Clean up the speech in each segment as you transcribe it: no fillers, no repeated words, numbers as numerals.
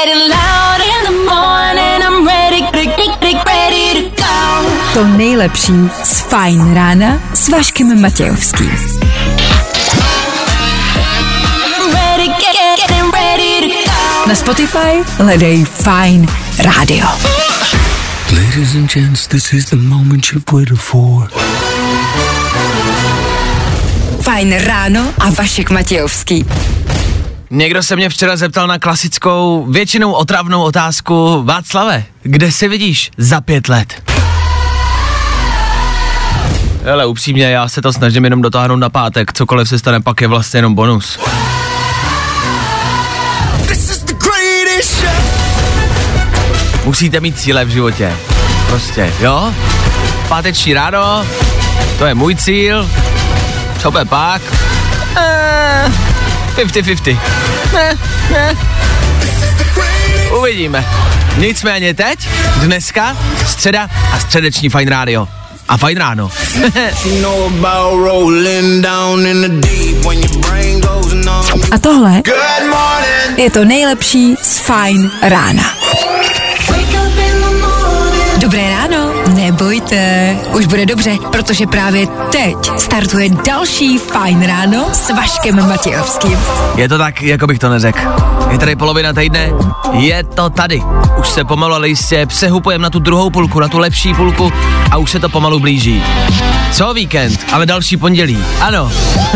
To nejlepší z Fajn rána s Vaškem Matějovským. Na Spotify hledej Fajn rádio. Ladies and gents, this is the moment you've waited for. Fajn ráno a Vašek Matějovský. Někdo se mě včera zeptal na klasickou, většinou otravnou otázku: Václave, kde se vidíš za 5 let? Hele, upřímně, já se to snažím jenom dotáhnout na pátek, cokoliv se stane, pak je vlastně jenom bonus. Musíte mít cíle v životě. Prostě, jo? Páteční ráno, to je můj cíl. Co bude pak? 50-50. Uvidíme. Nicméně teď, dneska, středa a středeční Fajn rádio. A Fajn ráno. A tohle je to nejlepší z Fajn rána. Dobré ráno, nebojte, už bude dobře, protože právě teď startuje další Fajn ráno s Vaškem Matějovským. Je to tak, jako bych to neřekl. Je tady polovina týdne, je to tady. Už se pomalu, ale jistě přehupujeme na tu druhou půlku, na tu lepší půlku a už se to pomalu blíží. Co víkend, ale další pondělí, ano.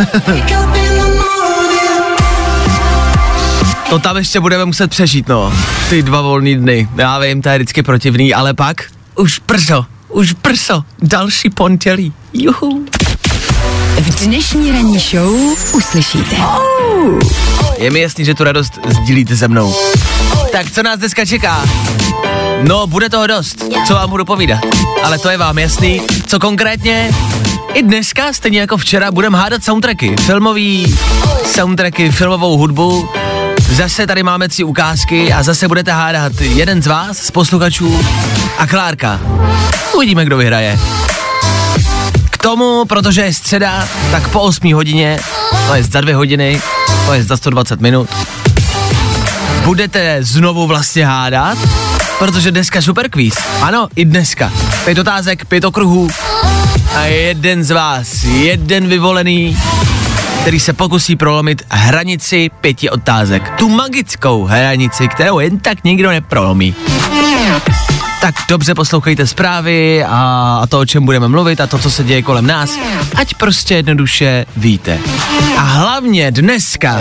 To tam ještě budeme muset přežít, no. Ty 2 volný dny, já vím, to je vždycky protivný, ale pak už brzo, další pondělí, juhu. V dnešní ranní show uslyšíte. Je mi jasný, že tu radost sdílíte se mnou. Tak co nás dneska čeká? No, bude toho dost, co vám budu povídat. Ale to je vám jasný, co konkrétně? I dneska, stejně jako včera, budeme hádat soundtracky. Filmový soundtracky, filmovou hudbu. Zase tady máme 3 ukázky a zase budete hádat jeden z vás, z posluchačů, a Klárka. Uvidíme, kdo vyhraje. K tomu, protože je středa, tak po 8 hodině, to je za 2 hodiny, to je za 120 minut, budete znovu vlastně hádat, protože dneska super kvíz. Ano, i dneska. 5 otázek, 5 okruhů a jeden z vás, jeden vyvolený, který se pokusí prolomit hranici 5 otázek. Tu magickou hranici, kterou jen tak nikdo neprolomí. Tak dobře poslouchejte zprávy a to, o čem budeme mluvit a to, co se děje kolem nás, ať prostě jednoduše víte. A hlavně dneska,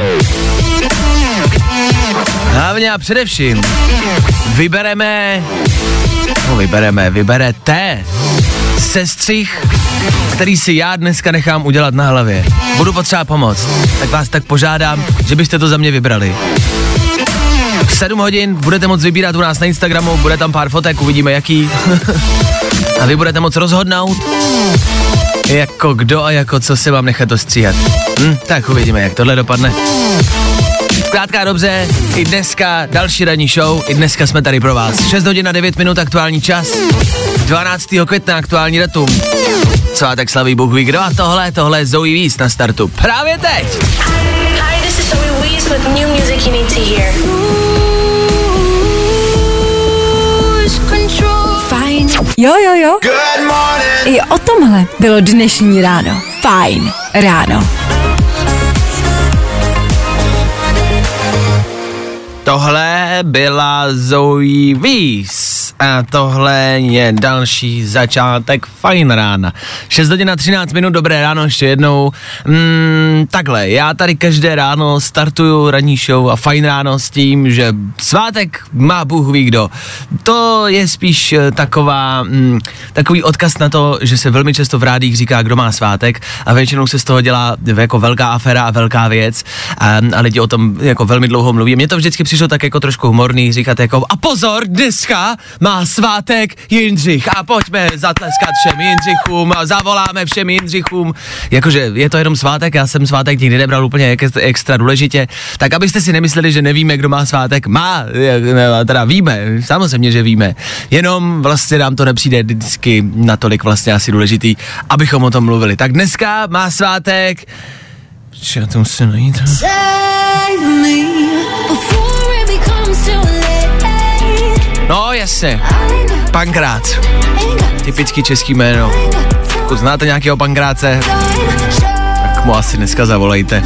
hlavně a především, vyberete sestřih, který si já dneska nechám udělat na hlavě. Budu potřeba pomoct, tak vás tak požádám, že byste to za mě vybrali. V 7 hodin budete moct vybírat u nás na Instagramu, bude tam pár fotek, uvidíme jaký. A vy budete moct rozhodnout, jako kdo a jako co se vám nechat ostříhat. Tak uvidíme, jak tohle dopadne. Zkrátka dobře, i dneska další ranní show, i dneska jsme tady pro vás. 6 hodin a 9 minut aktuální čas, 12. května aktuální datum. Svátek slaví Bůh ví kdo a tohle je Zoe Wees na startu. Právě teď! Hi, this is Zoe Wees with new music you need to hear. Fajn. Jo. Good morning. I o tomhle bylo dnešní ráno. Fajn ráno. Tohle byla Zoe Wees a tohle je další začátek Fajn rána. 6 hodin a 13 minut, dobré ráno ještě jednou. Takhle, já tady každé ráno startuju ranní show a Fajn ráno s tím, že svátek má Bůh ví kdo. To je spíš takový odkaz na to, že se velmi často v rádiích říká, kdo má svátek a většinou se z toho dělá jako velká aféra a velká věc a lidi o tom jako velmi dlouho mluví. Mně to vždycky přišlo tak jako trošku humorný, říkat jako a pozor, dneska má svátek Jindřich a pojďme zatleskat všem Jindřichům a zavoláme všem Jindřichům. Jakože je to jenom svátek, já jsem svátek nikdy nebral úplně extra důležitě, tak abyste si nemysleli, že nevíme, kdo má svátek, teda víme, samozřejmě, že víme, jenom vlastně nám to nepřijde vždycky natolik vlastně asi důležitý, abychom o tom mluvili. Tak dneska má svátek, já to musím najít. Jasně. Pankrác. Typický český jméno. Pokud znáte nějakého Pankráce, tak mu asi dneska zavolejte.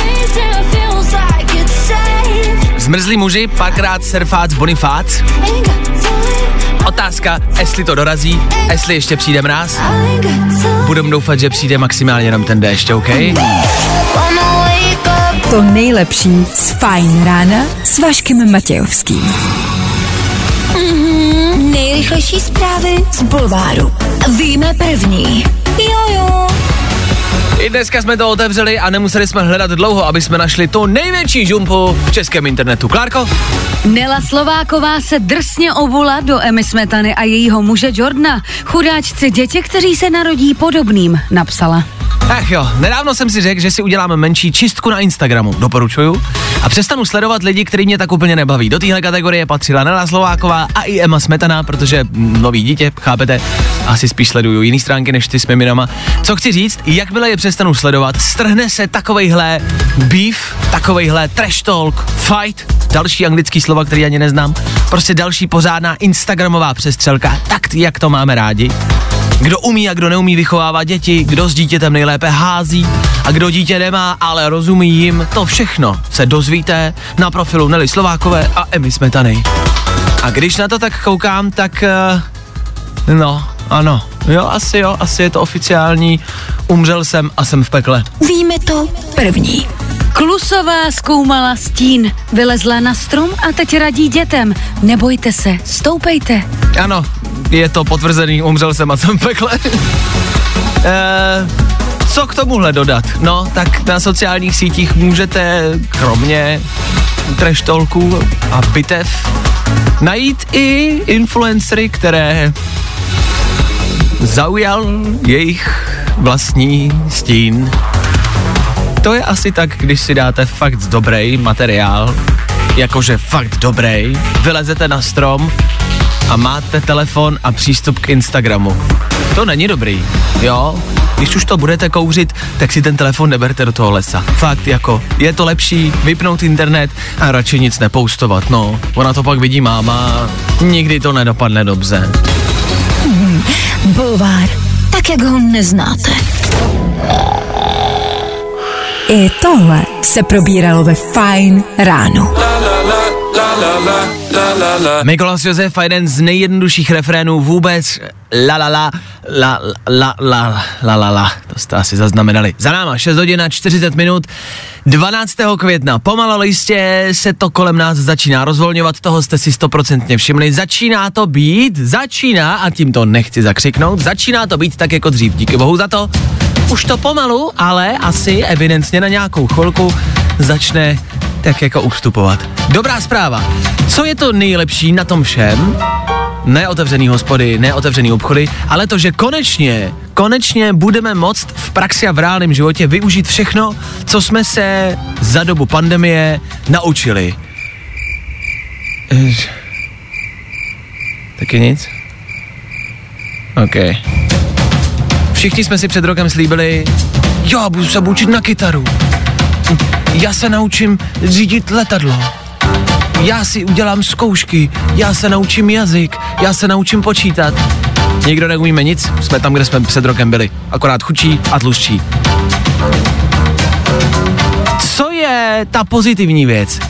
Zmrzlí muži, párkrát surfác Bonifác. Otázka, jestli to dorazí, jestli ještě přijde mráz. Budeme doufat, že přijde maximálně jenom ten déšť, OK? To nejlepší z Fajn rána s Vaškem Matějovským. Nejrychlejší zprávy z bulváru. Víme první. Jojo. I dneska jsme to otevřeli a nemuseli jsme hledat dlouho, aby jsme našli tu největší žumpu v českém internetu. Klárko? Nela Slováková se drsně obula do Emmy Smetany a jejího muže Jordana. Chudáčci děti, kteří se narodí podobným, napsala. Ach jo, nedávno jsem si řekl, že si uděláme menší čistku na Instagramu, doporučuju, a přestanu sledovat lidi, kteří mě tak úplně nebaví. Do téhle kategorie patřila Nela Slováková a i Emma Smetana, protože nový dítě, chápete, asi spíš sleduju jiný stránky než ty s miminama. Co chci říct, jakmile je přestanu sledovat, strhne se takovejhle beef, takovejhle trash talk, fight, další anglický slova, který ani neznám, prostě další pořádná instagramová přestřelka, tak jak to máme rádi. Kdo umí a kdo neumí vychovávat děti, kdo s dítětem nejlépe hází a kdo dítě nemá, ale rozumí jim, to všechno se dozvíte na profilu Nely Slovákové a Emmy Smetany. A když na to tak koukám, tak ano, asi je to oficiální, umřel jsem a jsem v pekle. Víme to první. Klusová zkoumala stín, vylezla na strom a teď radí dětem. Nebojte se, stoupejte. Ano, je to potvrzený, umřel jsem a jsem v pekle. Co k tomuhle dodat? No, tak na sociálních sítích můžete, kromě trash talků a bitev, najít i influencery, které zaujal jejich vlastní stín. To je asi tak, když si dáte fakt dobrý materiál, jakože fakt dobrý, vylezete na strom a máte telefon a přístup k Instagramu. To není dobrý, jo? Když už to budete kouřit, tak si ten telefon neberte do toho lesa. Fakt, jako, je to lepší vypnout internet a radši nic nepoustovat, no. Ona to pak vidí máma, nikdy to nedopadne dobře. Bulvár, tak jak ho neznáte. I tohle se probíralo ve Fajn ráno. Mikolas Josef, jeden z nejjednodušších refrénů vůbec. To jste asi zaznamenali. Za náma 6 hodin a 40 minut 12. května. Pomalu jistě se to kolem nás začíná rozvolňovat, toho jste si 100% všimli. Začíná to být, a tím to nechci zakřiknout, začíná to být tak jako dřív. Díky bohu za to. Už to pomalu, ale asi evidentně na nějakou chvilku začne tak jako ustupovat. Dobrá zpráva. Co je to nejlepší na tom všem? Ne otevřený hospody, ne otevřený obchody, ale to, že konečně budeme moct v praxi a v reálném životě využít všechno, co jsme se za dobu pandemie naučili. Taky nic? OK. Všichni jsme si před rokem slíbili, já budu se učit na kytaru. Já se naučím řídit letadlo. Já si udělám zkoušky. Já se naučím jazyk. Já se naučím počítat. Nikdo neumíme nic, jsme tam, kde jsme před rokem byli. Akorát chudší a tlustší. Co je ta pozitivní věc?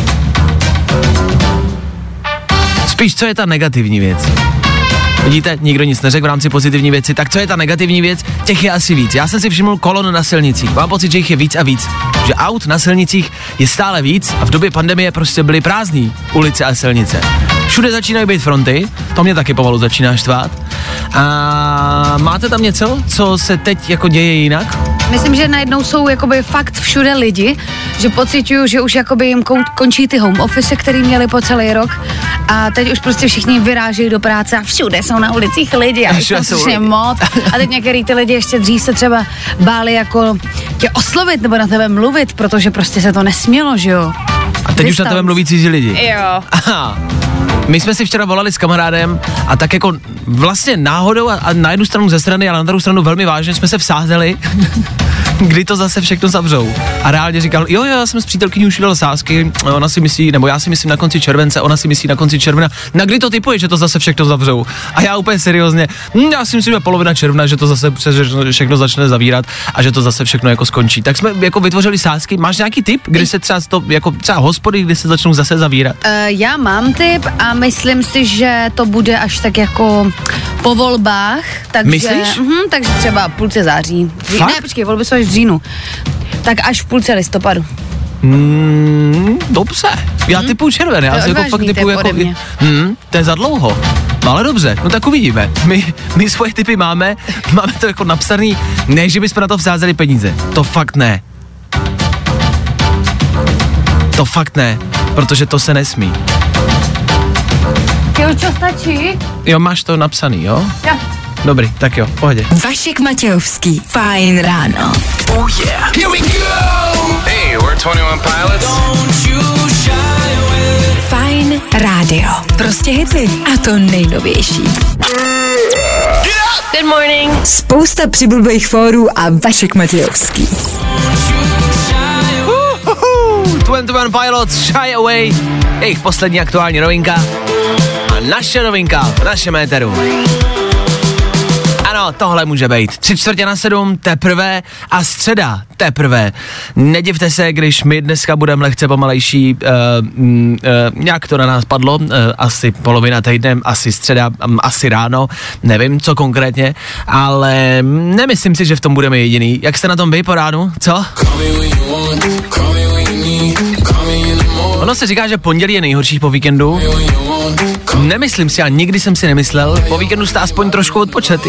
Spíš, co je ta negativní věc? Vidíte, nikdo nic neřekl v rámci pozitivní věci, tak co je ta negativní věc? Těch je asi víc. Já jsem si všiml kolon na silnicích. Mám pocit, že jich je víc a víc. Že aut na silnicích je stále víc a v době pandemie prostě byly prázdný ulice a silnice. Všude začínají být fronty, to mě taky pomalu začíná štvát. A máte tam něco, co se teď jako děje jinak? Myslím, že najednou jsou jakoby fakt všude lidi, že pociťuju, že už jakoby jim končí ty home office, který měli po celý rok a teď už prostě všichni vyrážejí do práce a všude jsou na ulicích lidi a to strašně moc. A teď některý ty lidi ještě dřív se třeba báli jako tě oslovit nebo na tebe mluvit, protože prostě se to nesmělo, že jo? A teď už na tebe mluví cizí lidi. Jo. Aha. My jsme si včera volali s kamarádem a tak jako vlastně náhodou a na jednu stranu ze strany, ale na druhou stranu velmi vážně jsme se vsázeli, kdy to zase všechno zavřou. A reálně říkal, jo, já jsem s přítelkyní už dal sázky, ona si myslí, nebo já si myslím na konci července, ona si myslí na konci června. Na kdy to typuje, že to zase všechno zavřou? A já úplně seriózně, já si myslím, že polovina června, že to zase všechno začne zavírat a že to zase všechno jako skončí. Tak jsme jako vytvořili sázky. Máš nějaký tip, kdy se třeba to, jako třeba hospody, kdy se začnou zase zavírat? Já mám tip a myslím si, že to bude až tak jako po volbách. Takže, myslíš? Takže třeba půlce září. Fakt? Ne, počkej, volby jsou až v říjnu. Tak až v půlce listopadu. Dobře. Já typuju červen, já si jako fakt typuju jako... to je za dlouho. Ale dobře, no tak uvidíme. My svoje typy máme to jako napsaný, ne, že bychom na to vzázeli peníze. To fakt ne. To fakt ne, protože to se nesmí. Jo, čo stačí? Jo, máš to napsaný, jo? Jo. Dobrý, tak jo, pohodě. Vašek Matějovský, Fajn ráno. Oh yeah. Here we go. Hey, we're 21 Pilots. Don't you shy away. Fajn rádio. Prostě hity. A to nejnovější. Good morning. Spousta přibulbých fórů a Vašek Matějovský. 21 Pilots, Shy Away. Jejich poslední aktuální novinka. A naše novinka v našem éteru. Ano, tohle může být. 6:45 teprve a středa teprve. Nedivte se, když my dneska budeme lehce pomalejší, nějak to na nás padlo, asi polovina týdne, asi středa, asi ráno, nevím, co konkrétně, ale nemyslím si, že v tom budeme jediný. Jak jste na tom vy po ránu, co? Ono se říká, že pondělí je nejhorší po víkendu. Nemyslím si a nikdy jsem si nemyslel, po víkendu jste aspoň trošku odpočatý.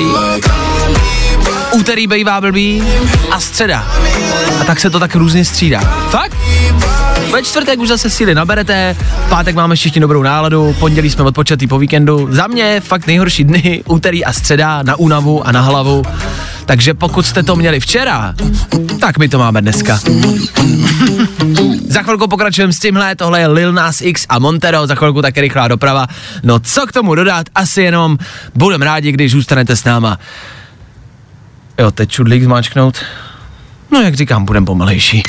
Úterý bývá blbý a středa. A tak se to tak různě střídá. Fakt? Ve čtvrtek už zase síly naberete, v pátek máme všichni dobrou náladu, pondělí jsme odpočatý po víkendu. Za mě fakt nejhorší dny, úterý a středa, na únavu a na hlavu. Takže pokud jste to měli včera, tak my to máme dneska. Za chvilku pokračujeme s tímhle, tohle je Lil Nas X a Montero, za chvilku taky rychlá doprava. No co k tomu dodat, asi jenom budeme rádi, když zůstanete s náma. Jo, teď čudlík zmáčknout. No jak říkám, budeme pomalejší.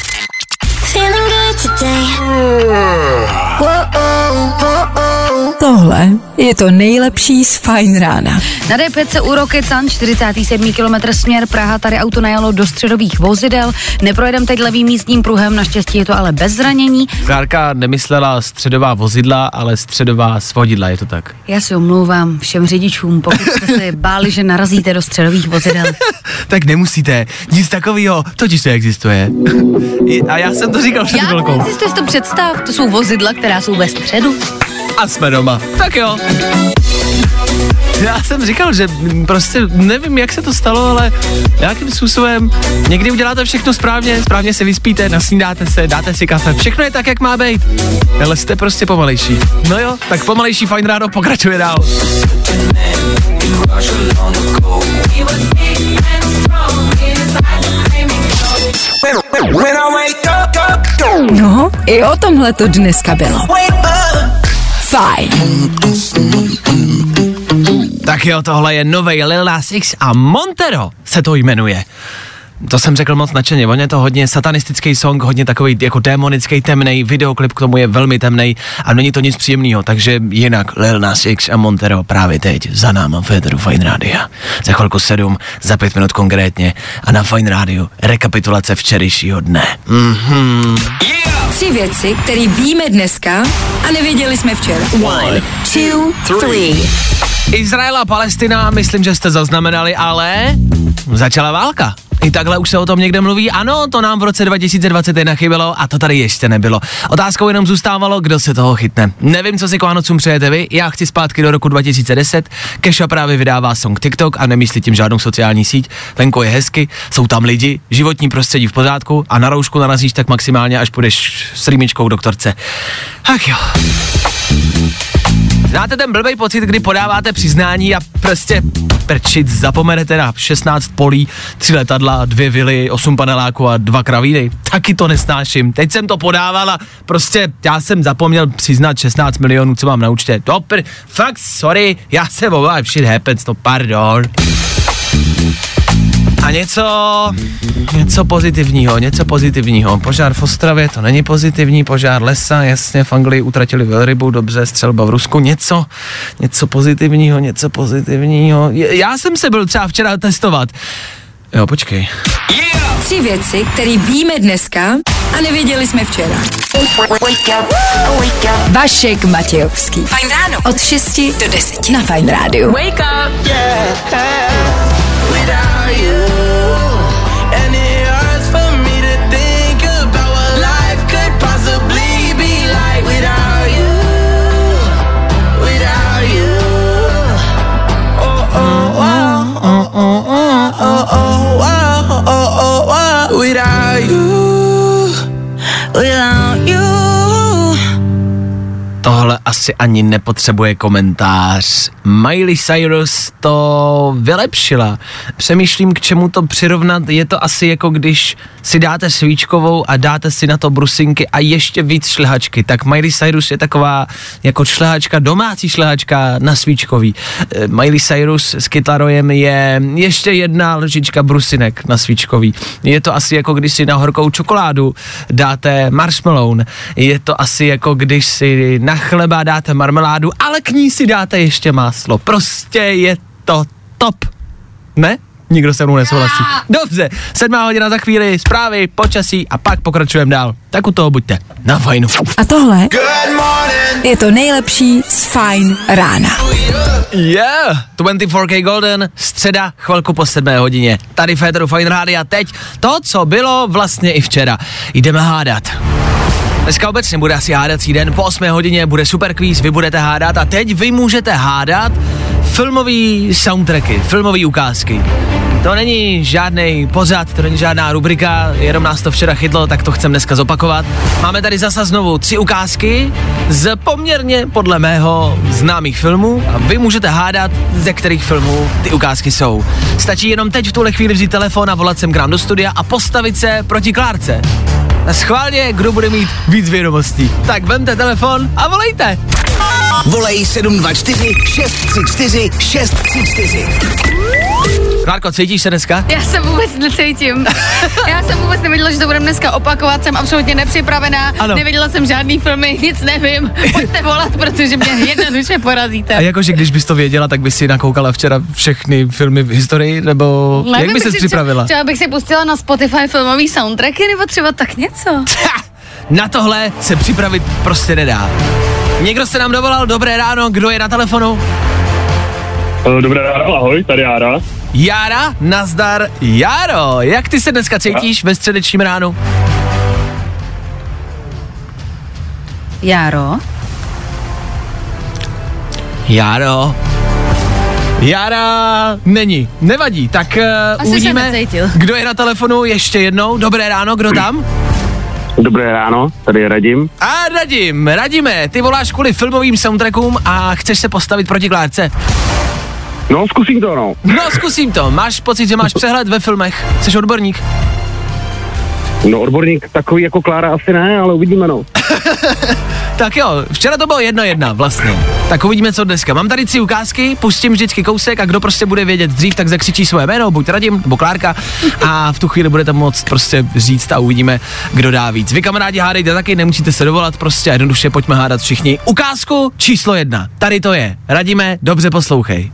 Tohle je to nejlepší z Fajn rána. Na D5 u Rokycan, 47. kilometr směr Praha, tady auto najelo do středových vozidel. Neprojedem teď levým jízdním pruhem, naštěstí je to ale bez zranění. Klárka nemyslela středová vozidla, ale středová svodidla, je to tak? Já si omlouvám všem řidičům, pokud jste se báli, že narazíte do středových vozidel. Tak nemusíte, nic takového, totiž to existuje. A já jsem to říkal před chvilkou. Já si to představ, to jsou vozidla, která jsou ve středu. A jsme doma. Tak jo. Já jsem říkal, že prostě nevím, jak se to stalo, ale nějakým způsobem někdy uděláte všechno správně, správně se vyspíte, nasnídáte se, dáte si kafe, všechno je tak, jak má být. Ale jste prostě pomalejší. No jo, tak pomalejší Fajn ráno pokračuje dál. No, i o tomhle to dneska bylo. Fajn. Tak jo, tohle je novej Lil Nas X a Montero se to jmenuje. To jsem řekl moc nadšeně, on je to hodně satanistický song, hodně takový jako démonický, temnej, videoklip k tomu je velmi temnej a není to nic příjemného, takže jinak Lil Nas X a Montero právě teď za náma v éteru Fajn rádia. Za chvilku 7, za 5 minut konkrétně a na Fajn rádiu rekapitulace včerejšího dne. Yeah! 3 věci, které víme dneska a nevěděli jsme včera. 1, 2, 3. Izrael a Palestina, myslím, že jste zaznamenali, ale začala válka. I takhle už se o tom někde mluví. Ano, to nám v roce 2021 chybělo a to tady ještě nebylo. Otázkou jenom zůstávalo, kdo se toho chytne. Nevím, co si k Vánocům přejete vy, já chci zpátky do roku 2010. Kesha právě vydává song TikTok a nemyslí tím žádnou sociální síť. Venku je hezky, jsou tam lidi, životní prostředí v pořádku a na roušku narazíš tak maximálně, až půjdeš s rýmičkou k doktorce. Ach jo. Znáte ten blbej pocit, kdy podáváte přiznání a prostě prčit, zapomenete na 16 polí, 3 letadla, 2 vily, 8 paneláků a 2 kravíny. Taky to nesnáším. Teď jsem to podával a prostě já jsem zapomněl přiznat 16 milionů, co mám na účtě. Fakt, sorry, já se obávám, shit happens, no pardon. A něco pozitivního. Požár v Ostravě, to není pozitivní, požár lesa, jasně, v Anglii utratili velrybu, dobře, střelba v Rusku, něco pozitivního. Já jsem se byl třeba včera testovat. Jo, počkej. 3 věci, které víme dneska a nevěděli jsme včera. Vašek Matějovský. Fajn ráno. Od 6 do 10 na Fajn rádiu. Wake up. Tohle asi ani nepotřebuje komentář. Miley Cyrus to vylepšila. Přemýšlím, k čemu to přirovnat. Je to asi jako když si dáte svíčkovou a dáte si na to brusinky a ještě víc šlehačky. Tak Miley Cyrus je taková jako šlehačka, domácí šlehačka na svíčkový. Miley Cyrus s kytarojem je ještě jedna lžička brusinek na svíčkový. Je to asi jako když si na horkou čokoládu dáte marshmallow. Je to asi jako když si na chleba dáte marmeládu, ale k ní si dáte ještě máslo. Prostě je to top. Ne? Nikdo se mnou nesouhlasí. Dobře, 7 hodina za chvíli, zprávy, počasí a pak pokračujeme dál. Tak u toho buďte na Fajnu. A tohle je to nejlepší z Fajn rána. Yeah, 24K Golden, středa, chvilku po 7 hodině. Tady Féteru Fajn rádia teď to, co bylo vlastně i včera. Jdeme hádat. Dneska obecně bude asi hádací den, po 8 hodině bude super kvíz, vy budete hádat a teď vy můžete hádat filmový soundtracky, filmový ukázky. To není žádnej pořad, to není žádná rubrika, jenom nás to včera chytlo, tak to chcem dneska zopakovat. Máme tady zase znovu 3 ukázky z poměrně podle mého známých filmů a vy můžete hádat, ze kterých filmů ty ukázky jsou. Stačí jenom teď v tuhle chvíli vzít telefon a volat sem k nám do studia a postavit se proti Klárce. A schválně, kdo bude mít víc vědomostí. Tak vemte telefon a volejte. Volej 724 634 634. Klárko, cítíš se dneska? Já se vůbec necítím. Já jsem vůbec nevěděla, že to budeme dneska opakovat, jsem absolutně nepřipravená, ano. Nevěděla jsem žádný filmy, nic nevím. Pojďte volat, protože mě jednoduše porazíte. A jakože když bys to věděla, tak bys si nakoukala včera všechny filmy v historii, nebo jak bys se připravila? Třeba bych si pustila na Spotify filmový soundtracky, nebo třeba tak něco. Na tohle se připravit prostě nedá. Někdo se nám dovolal, dobré ráno, kdo je na telefonu? Dobré ráno, ahoj, tady Jára. Jára, nazdar, Járo, jak ty se dneska cítíš ve středečním ránu? Járo? Jára není, nevadí, tak uvidíme, kdo je na telefonu ještě jednou. Dobré ráno, kdo tam? Dobré ráno, tady je Radim. A Radime, ty voláš kvůli filmovým soundtrackům a chceš se postavit proti Klárce? No, zkusím to, no. No, zkusím to. Máš pocit, že máš přehled ve filmech? Jsi odborník? No, odborník takový jako Klára asi ne, ale uvidíme, no. Tak jo, včera to bylo 1-1 vlastně. Tak uvidíme, co dneska. Mám tady 3 ukázky, pustím vždycky kousek a kdo prostě bude vědět dřív, tak zakřičí svoje jméno, buď Radim, nebo Klárka a v tu chvíli budete moct prostě říct a uvidíme, kdo dá víc. Vy kamarádi hádejte taky, nemusíte se dovolat, prostě jednoduše pojďme hádat všichni. Ukázku číslo 1, tady to je. Radime, dobře poslouchej.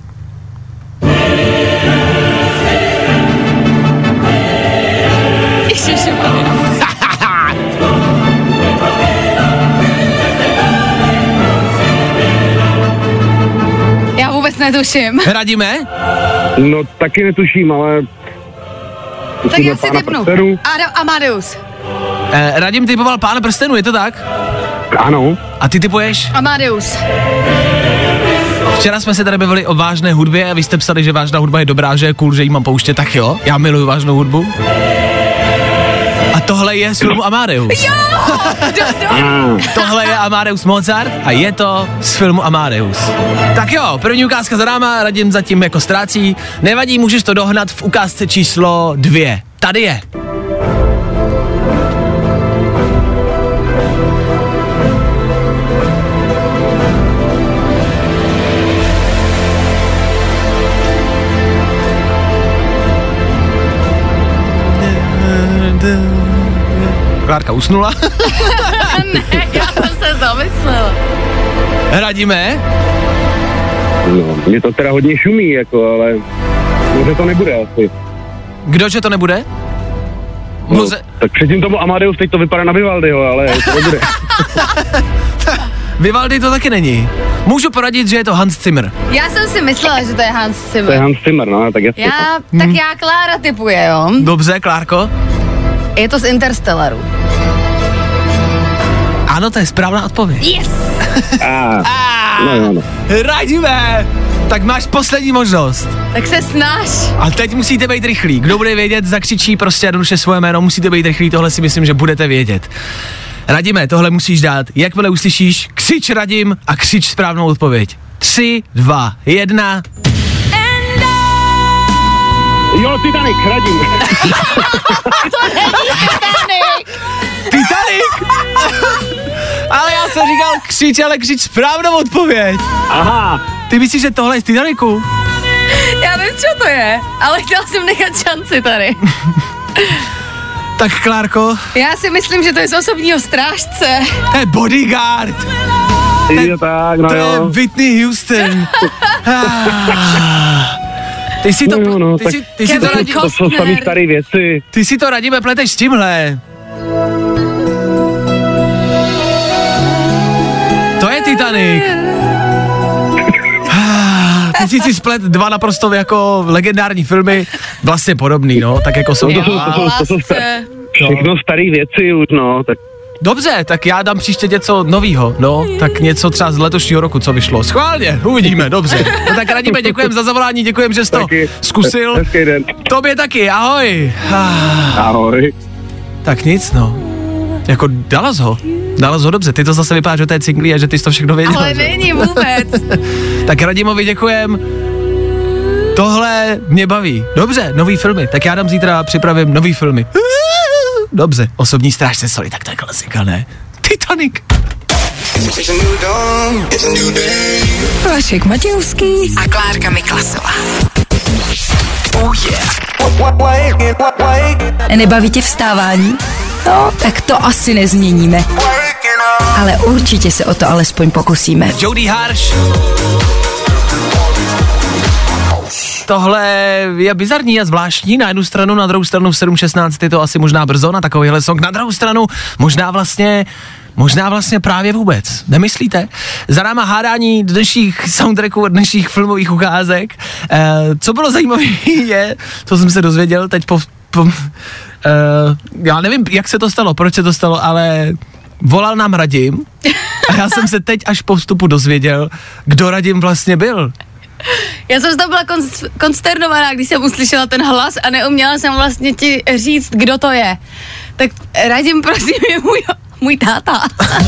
Já vůbec netuším. Radime? No, taky netuším, ale... Tak já si typnu. Amadeus. Radim typoval Pána prstenů, je to tak? Ano. A ty typuješ? Amadeus. Včera jsme se tady bavili o vážné hudbě a vy jste psali, že vážná hudba je dobrá, že je cool, že jí mám pouštět, tak jo, já miluju vážnou hudbu. A A tohle je z filmu Amadeus. Jo! Tohle je Amadeus Mozart a je to z filmu Amadeus. Tak jo, první ukázka za náma, Radim zatím jako ztrácí. Nevadí, můžeš to dohnat v ukázce číslo 2. Tady je. Klárka usnula. Ne, já jsem se zamyslela. Radíme? No, mě to teda hodně šumí, jako, ale možná to nebude asi. Kdože to nebude? No, tak předtím tomu Amadeus teď to vypadá na Vivaldiho, ale to nebude. Vivaldi to taky není. Můžu poradit, že je to Hans Zimmer. Já jsem si myslela, že to je Hans Zimmer. To je Hans Zimmer, no, tak jasně. Tak já Klára tipuje, jo? Dobře, Klárko? Je to z Interstellaru. Ano, to je správná odpověď. Yes! No. Radíme! Tak máš poslední možnost. Tak se snaž. A teď musíte být rychlí. Kdo bude vědět, zakřičí prostě jednoduše svoje jméno, musíte být rychlí, tohle si myslím, že budete vědět. Radíme, tohle musíš dát. Jakmile uslyšíš, křič Radim a křič správnou odpověď. 3, 2, 1. Jo, Titanic, Radim. To není Titanic. Titanic! Ale já jsem říkal křič, ale křič správnou odpověď. Aha. Ty myslíš, že tohle je z Titanicu? Já vím, co to je, ale chtěla jsem nechat šanci tady. Tak Klárko? Já si myslím, že to je z Osobního strážce. To je Bodyguard. Jo, tak, no To je jo. Whitney Houston. Ty si to, ty si to Radime, To jsou samý staré věci. ty si to Radime pleteš s tímhle. To je Titanic. Ty si splet dva naprosto jako legendární filmy, vlastně podobný, no, tak jako jsou to. To jsou všechno staré věci už, no, tak. Dobře, tak já dám příště něco novýho, no, tak něco třeba z letošního roku, co vyšlo. Schválně, uvidíme, dobře. No tak Radime, děkujem za zavolání, děkujem, že jsi to zkusil. Hezký den. Tobě taky, ahoj. Ahoj. Tak nic, no. Jako dala jsi ho dobře, ty to zase vypadá, že to je cinglí a že ty jsi to všechno věděl. Ale není vůbec. Tak Radimovi děkujem. Tohle mě baví. Dobře, nový filmy. Tak já dám zítra, připravím nový filmy. Dobře, Osobní strážce, sorry, tak to je klasika, ne? Titanic. Vašek Matějovský a Klárka Miklasová. Oh yeah. Nebaví tě vstávání? No, tak to asi nezměníme. Ale určitě se o to alespoň pokusíme. Jodie Harsh. Tohle je bizarní a zvláštní, na jednu stranu, na druhou stranu v 7.16 je to asi možná brzo na takovýhle song, na druhou stranu možná vlastně právě vůbec, nemyslíte? Za náma hádání dnešních soundtracků, dnešních filmových ukázek. Co bylo zajímavé je, co jsem se dozvěděl teď já nevím, jak se to stalo, proč se to stalo, ale volal nám Radim a já jsem se teď až po vstupu dozvěděl, kdo Radim vlastně byl. Já jsem z toho byla konsternovaná, když jsem uslyšela ten hlas a neuměla jsem vlastně ti říct, kdo to je. Tak Radim, prosím, je můj táta.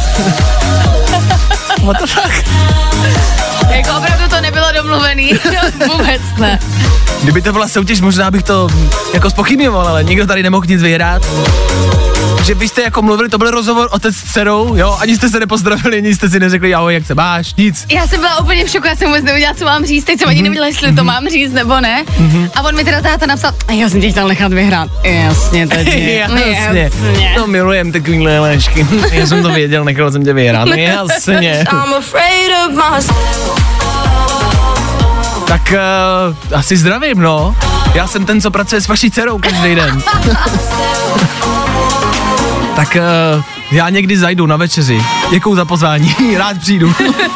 What the fuck? Jako opravdu to nebylo domluvený, vůbec ne. Kdyby to byla soutěž, možná bych to jako zpochybňoval, ale nikdo tady nemohl nic vyhrát. Že vy jste jako mluvili, to byl rozhovor otec s dcerou, jo, ani jste se nepozdravili, nic jste si neřekli, ahoj, jak se máš, nic. Já jsem byla úplně v šoku, já jsem vůbec nevěděla, co mám říct, teď jsem ani nevěděla, jestli to mám říct nebo ne. A on mi teda táta napsal, já jsem tě chtěl nechat vyhrát. Jasně, teď. Jasně. To milujem takovýhle léšky. Já jsem to věděl, nechal jsem tě vyhrát. Jasně. Tak asi zdravím, no. Já jsem ten, co pracuje s vaší dcerou každý den. Tak já někdy zajdu na večeři. Děkuju za pozvání, rád přijdu.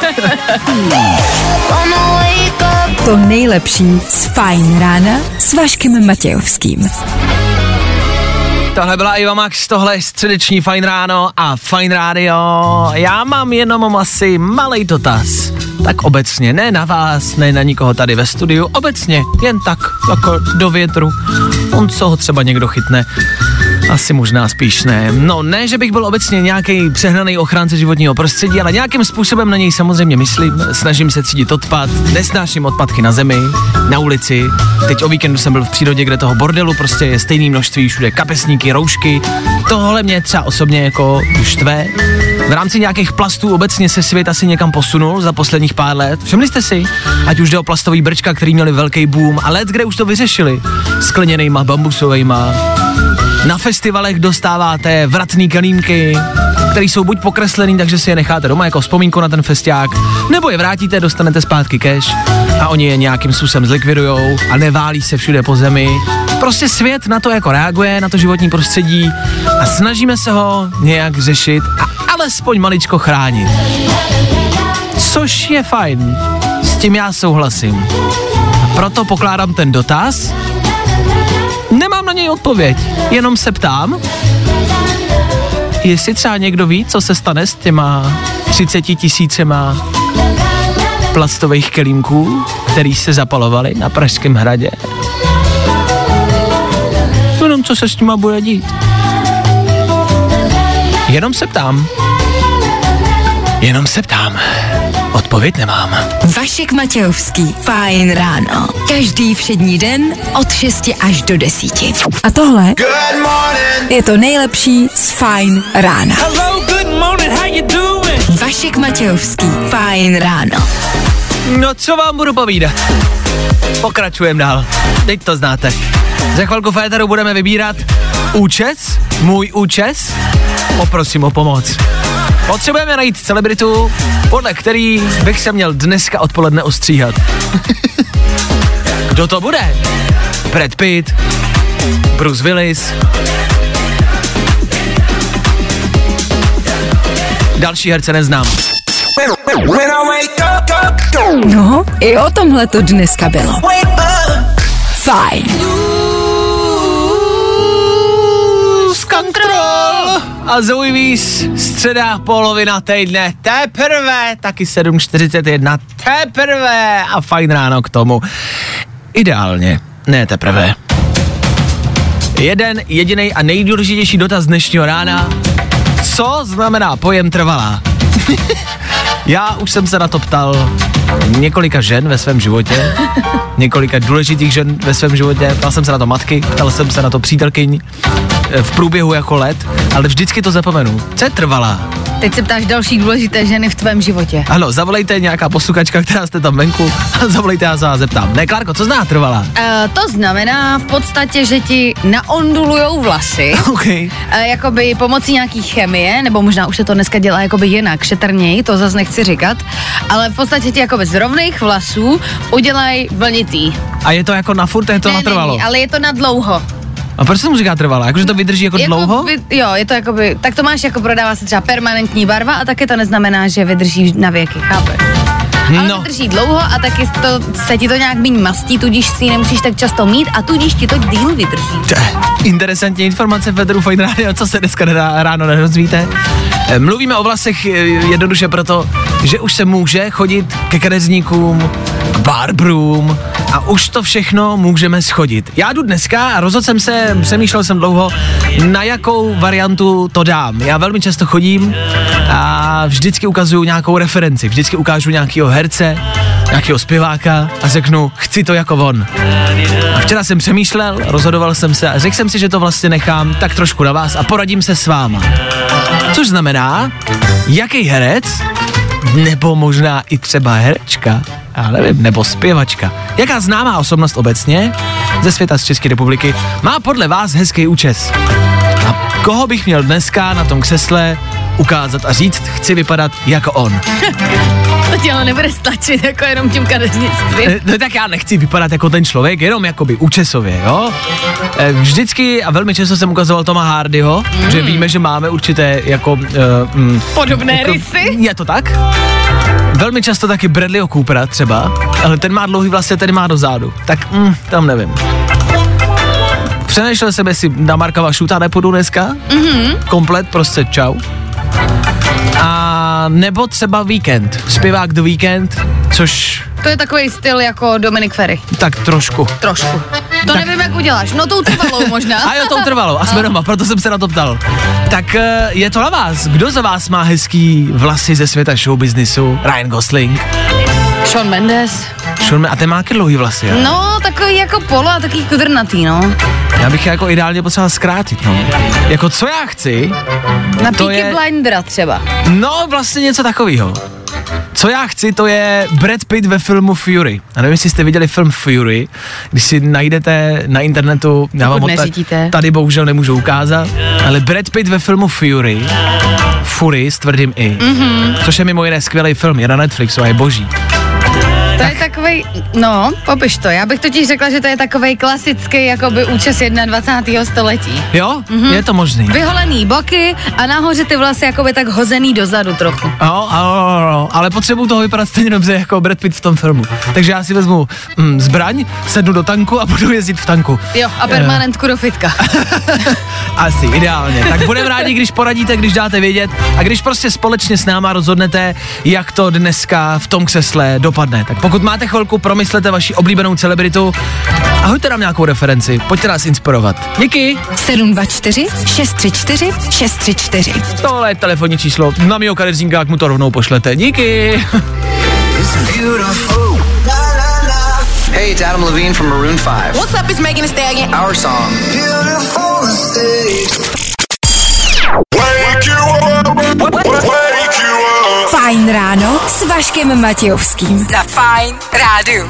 To nejlepší z Fajn rána s Vaškem Matějovským. Tohle byla Iva Max, tohle je středeční Fajn ráno a Fajn rádio. Já mám jenom asi malej dotaz. Tak obecně, ne na vás, ne na nikoho tady ve studiu, obecně, jen tak, jako do větru. On co ho třeba někdo chytne. Asi možná spíš ne. No ne, že bych byl obecně nějaký přehnaný ochránce životního prostředí, ale nějakým způsobem na něj samozřejmě myslím. Snažím se třídit odpad, nesnáším odpadky na zemi, na ulici. Teď o víkendu jsem byl v přírodě, kde toho bordelu prostě je stejné množství, všude kapesníky, roušky. Tohle mě třeba osobně jako štve. V rámci nějakých plastů obecně se svět asi někam posunul za posledních pár let. Všimli jste si? Ať už jde o plastový brčka, který měli velký boom, a let, kde už to vyřešili. Skleněnejma, bambusovejma. Na festivalech dostáváte vratný kelímky, které jsou buď pokreslený, takže si je necháte doma jako vzpomínku na ten festiák, nebo je vrátíte, dostanete zpátky cash a oni je nějakým způsobem zlikvidujou a neválí se všude po zemi. Prostě svět na to jako reaguje, na to životní prostředí a snažíme se ho nějak řešit a alespoň maličko chránit. Což je fajn, s tím já souhlasím. A proto pokládám ten dotaz. Nemám na něj odpověď, jenom se ptám, jestli třeba někdo ví, co se stane s těma 30 000 plastových kelímků, který se zapalovali na Pražském hradě. Jenom co se s nima bude dít. Jenom se ptám. Odpověď nemám. Vašek Matějovský, Fajn ráno. Každý všední den od 6 až do 10. A tohle je to nejlepší z Fajn rána. Hello, good morning, how you doing? Vašek Matějovský, Fajn ráno. No co vám budu povídat? Pokračujeme dál. Teď to znáte. Za chvilku v éteru budeme vybírat účes, můj účes. Poprosím o pomoc. Potřebujeme najít celebritu, podle který bych se měl dneska odpoledne ostříhat. Kdo to bude? Brad Pitt, Bruce Willis. Další herce neznám. No, i o tomhle to dneska bylo. Fajn. Kontrol a Zoe Wees, středa, polovina týdne, teprve, taky 7:41, teprve a Fajn ráno k tomu. Ideálně, ne teprve. Jeden jediný a nejdůležitější dotaz dnešního rána. Co znamená pojem trvalá? Já už jsem se na to ptal několika žen ve svém životě, několika důležitých žen ve svém životě, ptal jsem se na to matky, ptal jsem se na to přítelkyň v průběhu jako let, ale vždycky to zapomenu. Co je trvalá? Teď se ptáš další důležité ženy v tvém životě. Ano, zavolejte nějaká posluchačka, která jste tam venku a zavolejte, já se vás zeptám. Ne, Klárko, co znamená trvalá? To znamená v podstatě, že ti naondulujou vlasy. Okay. Jakoby pomocí nějaký chemie, nebo možná už se to dneska dělá jakoby jinak, šetrněji, to zase nechci říkat, ale v podstatě ti jakoby z rovných vlasů udělají vlnitý. A je to jako na furt, je to natrvalo? Ne, ale je to na dlouho. A proč se mu říká trvalá? Jakože to vydrží jako dlouho? Jo, je to jakoby, tak to máš jako prodává se třeba permanentní barva a taky to neznamená, že vydrží na věky, chápeš? Ale vydrží dlouho a taky se ti to nějak míň mastí, tudíž si ji nemusíš tak často mít a tudíž ti to díl vydrží. Interesantní informace v Federu Fajn rádio, co se dneska ráno nerozvíte. Mluvíme o vlasech jednoduše proto, že už se může chodit ke kadeřníkům, k barbrům a už to všechno můžeme schodit. Já jdu dneska a rozhodl jsem se, přemýšlel jsem dlouho, na jakou variantu to dám. Já velmi často chodím a vždycky ukazuju nějakou referenci, vždycky ukážu nějakého herce, nějakého zpěváka a řeknu, chci to jako on. A včera jsem přemýšlel, rozhodoval jsem se a řekl jsem si, že to vlastně nechám tak trošku na vás a poradím se s váma. Což znamená, jaký herec, nebo možná i třeba herečka, já nevím, nebo zpěvačka, jaká známá osobnost obecně ze světa z České republiky má podle vás hezký účes. A koho bych měl dneska na tom křesle ukázat a říct, chci vypadat jako on. To tě ale nebude stačit jako jenom tím kadeřnictvím. No tak já nechci vypadat jako ten člověk, jenom jakoby účesově, jo? Vždycky a velmi často jsem ukazoval Toma Hardyho, že víme, že máme určité jako... podobné rysy? Je to tak? Velmi často taky Bradleyho Coopera třeba, ale ten má dlouhý vlasy, ten má dozadu. Tak tam nevím. Přemýšlel jsem, jestli na Marka Vašuta nepůjdu dneska. Komplet, prostě čau. A nebo třeba Weekend, zpěvák The Weekend, což... To je takový styl jako Dominic Ferry. Tak trošku. To nevím, jak uděláš. No tou trvalou možná. A jo, tou trvalou. A jsme doma, proto jsem se na to ptal. Tak je to na vás. Kdo za vás má hezký vlasy ze světa showbiznisu? Ryan Gosling. Shawn Mendes. A ten má taky dlouhý vlasy, jo? No, takový jako polo a takový kudrnatý, no. Já bych je jako ideálně potřeboval zkrátit, no. Jako co já chci, na Peaky Blindera třeba. No, vlastně něco takového. Co já chci, to je Brad Pitt ve filmu Fury. A nevím, jestli jste viděli film Fury, když si najdete na internetu, já vám ho tady bohužel nemůžu ukázat, ale Brad Pitt ve filmu Fury s tvrdým i, což je mimo jiné skvělý film, je na Netflixu a je boží. To je takovej, no, popiš to, já bych totiž řekla, že to je takovej klasický jakoby účes 21. století. Jo? Je to možný. Vyholený boky a nahoře ty vlasy jakoby tak hozený dozadu trochu. Ale potřebuju toho vypadat stejně dobře jako Brad Pitt v tom filmu. Takže já si vezmu zbraň, sednu do tanku a budu jezdit v tanku. Jo, a permanentku do fitka. Asi, ideálně. Tak budeme rádi, když poradíte, když dáte vědět a když prostě společně s náma rozhodnete, jak to dneska v tom křesle dopadne. Tak pokud máte chvilku, promyslete vaši oblíbenou celebritu a hoďte nám nějakou referenci, pojďte nás inspirovat. Díky. 724 634 634. Tohle je telefonní číslo na mýho kadeřínka, jak mu to rovnou pošlete. Díky. Hey, it's Adam Levine from Maroon 5. What's up, it's Megan Thee Stallion. Our song. Fajn ráno s Vaškem Matějovským. Na Fajn rádiu.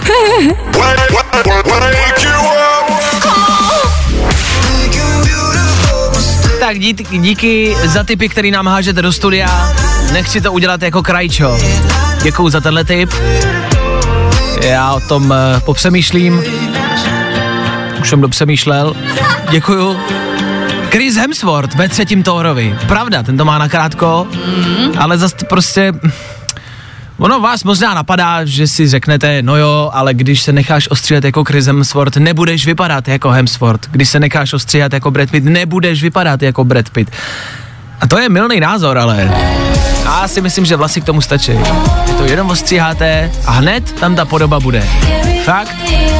Tak díky za tipy, který nám hážete do studia. Nechci to udělat jako Krajčo. Děkuju za tenhle tip. Já o tom popřemýšlím. Už jsem dopřemýšlel. Děkuju. Chris Hemsworth ve 3. Thorovi. Pravda, ten to má nakrátko, ale zase prostě... Ono vás možná napadá, že si řeknete, no jo, ale když se necháš ostříhat jako Chris Hemsworth, nebudeš vypadat jako Hemsworth. Když se necháš ostříhat jako Brad Pitt, nebudeš vypadat jako Brad Pitt. A to je mylný názor, ale já si myslím, že vlasy k tomu stačí. Je to jenom ostříháte a hned tam ta podoba bude. Fakt?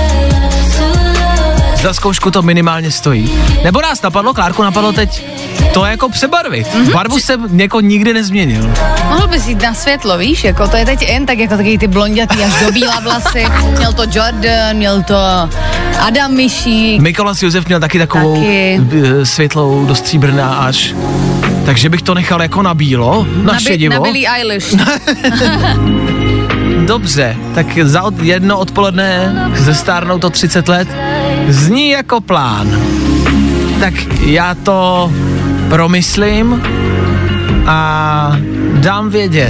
Za zkoušku to minimálně stojí. Nebo nás napadlo, Klárku napadlo teď to jako přebarvit. Barvu jsem jako nikdy nezměnil. Mohl bys jít na světlo, víš, jako to je teď jen tak jako taky ty blondětý až do bílá vlasy. Měl to Jordan, měl to Adam Mišík. Mikolas Josef měl taky takovou světlou do stříbrná až. Takže bych to nechal jako na bílo, na šedivo. Na Billie Eilish. Dobře, tak za jedno odpoledne zestárnou to 30 let zní jako plán. Tak já to promyslím a dám vědět.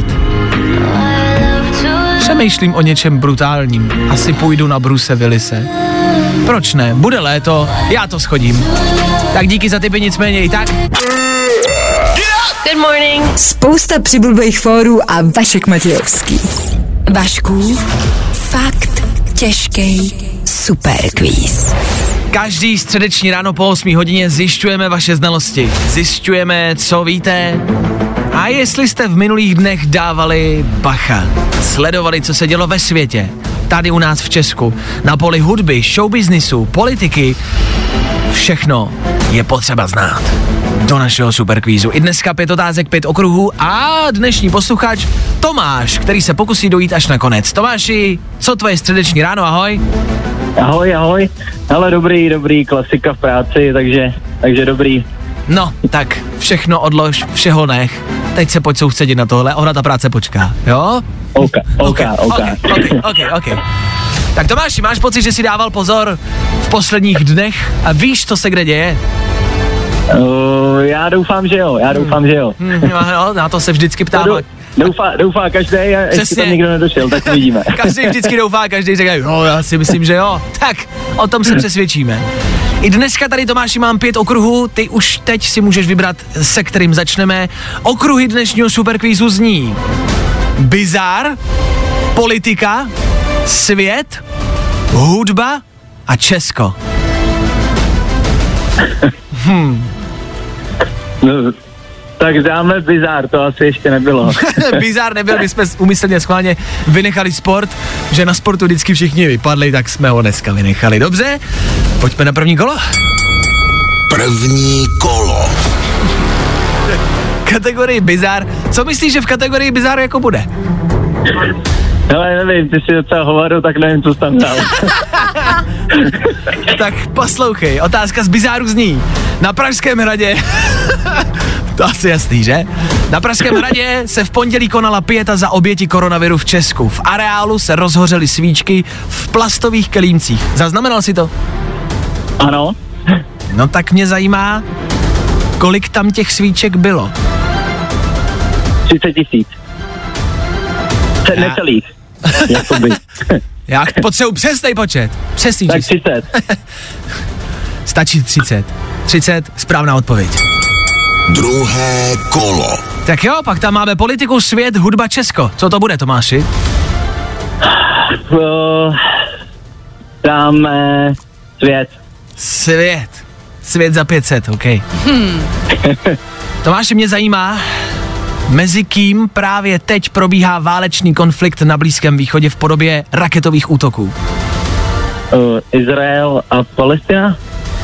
Přemýšlím o něčem brutálním. Asi půjdu na Bruce Willise. Proč ne? Bude léto, já to schodím. Tak díky za tipy, nicméně i tak. Good morning. Spousta přibulbých fórů a Vašek Matějovský. Vašku, fakt těžký superkvíz. Každý středeční ráno po 8 hodině zjišťujeme vaše znalosti. Zjišťujeme, co víte a jestli jste v minulých dnech dávali bacha. Sledovali, co se dělo ve světě. Tady u nás v Česku. Na poli hudby, showbiznisu, politiky. Všechno je potřeba znát. Do našeho superkvízu. I dneska 5 otázek, 5 okruhů a dnešní posluchač Tomáš, který se pokusí dojít až na konec. Tomáši, co tvoje středeční ráno, ahoj? Ahoj. Ale dobrý, klasika v práci, takže dobrý. No, tak všechno odlož, všeho nech. Teď se pojď soustředit na tohle, ona ta práce počká, jo? OK. Tak Tomáši, máš pocit, že jsi dával pozor v posledních dnech a víš, co se kde děje? Já doufám, že jo. No, na to se vždycky ptám. Doufá každý a jestli tam nikdo nedošel, tak uvidíme. Každý vždycky doufá, každý říká, no já si myslím, že jo. Tak, o tom se přesvědčíme. I dneska tady, Tomáši, mám 5 okruhů, ty už teď si můžeš vybrat, se kterým začneme. Okruhy dnešního superkvízu zní bizár, politika, svět, hudba a Česko. Tak dáme Bizár, to asi ještě nebylo. Bizár nebyl, my jsme úmyslně schválně vynechali sport, že na sportu vždycky všichni vypadli, tak jsme ho dneska vynechali. Dobře, pojďme na první kolo. První kolo. Kategorii Bizár. Co myslíš, že v kategorii Bizár jako bude? Ale nevím, ty si docela hovado, tak nevím, co jsi tam dal. Tak poslouchej, otázka z Bizáru zní. Na Pražském hradě, to asi jasný, že? Na Pražském hradě se v pondělí konala pieta za oběti koronaviru v Česku. V areálu se rozhořely svíčky v plastových kelímcích. Zaznamenal si to? Ano. No tak mě zajímá, kolik tam těch svíček bylo? 30 000. Necelých. Jakoby. Já potřebuji přesnej počet. Přesný tak číslo. 30. Stačí 30. 30, správná odpověď. Druhé kolo. Tak jo, pak tam máme politiku, svět, hudba, Česko. Co to bude, Tomáši? Dáme svět. Svět za 500, OK. Tomáši, mě zajímá, mezi kým právě teď probíhá válečný konflikt na Blízkém východě v podobě raketových útoků? Izrael a Palestina?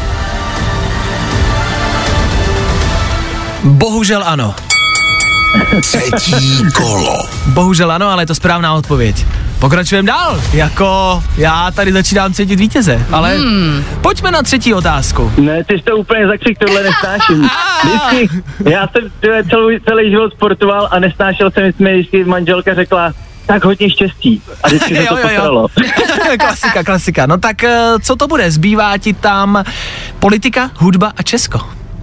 Bohužel ano. Třetí kolo. Bohužel ano, ale je to správná odpověď. Pokračujeme dál, jako já tady začínám cítit vítěze, ale pojďme na třetí otázku. Ne, ty jsi to úplně zakřik, tohle nesnáším. Vždycky, já jsem celý život sportoval a nesnášel jsem, vždycky manželka řekla, tak hodně štěstí. A vždycky se to postralo. Klasika. No tak co to bude? Zbývá ti tam politika, hudba a Česko.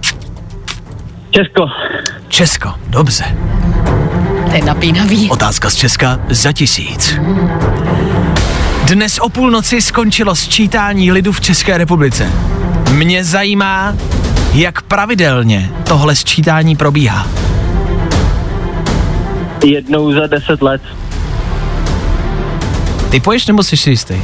Česko, dobře. To je napínavý. Otázka z Česka za 1000. Dnes o půlnoci skončilo sčítání lidu v České republice. Mě zajímá, jak pravidelně tohle sčítání probíhá. Jednou za 10 let. Ty poješ nebo jsi si jistý?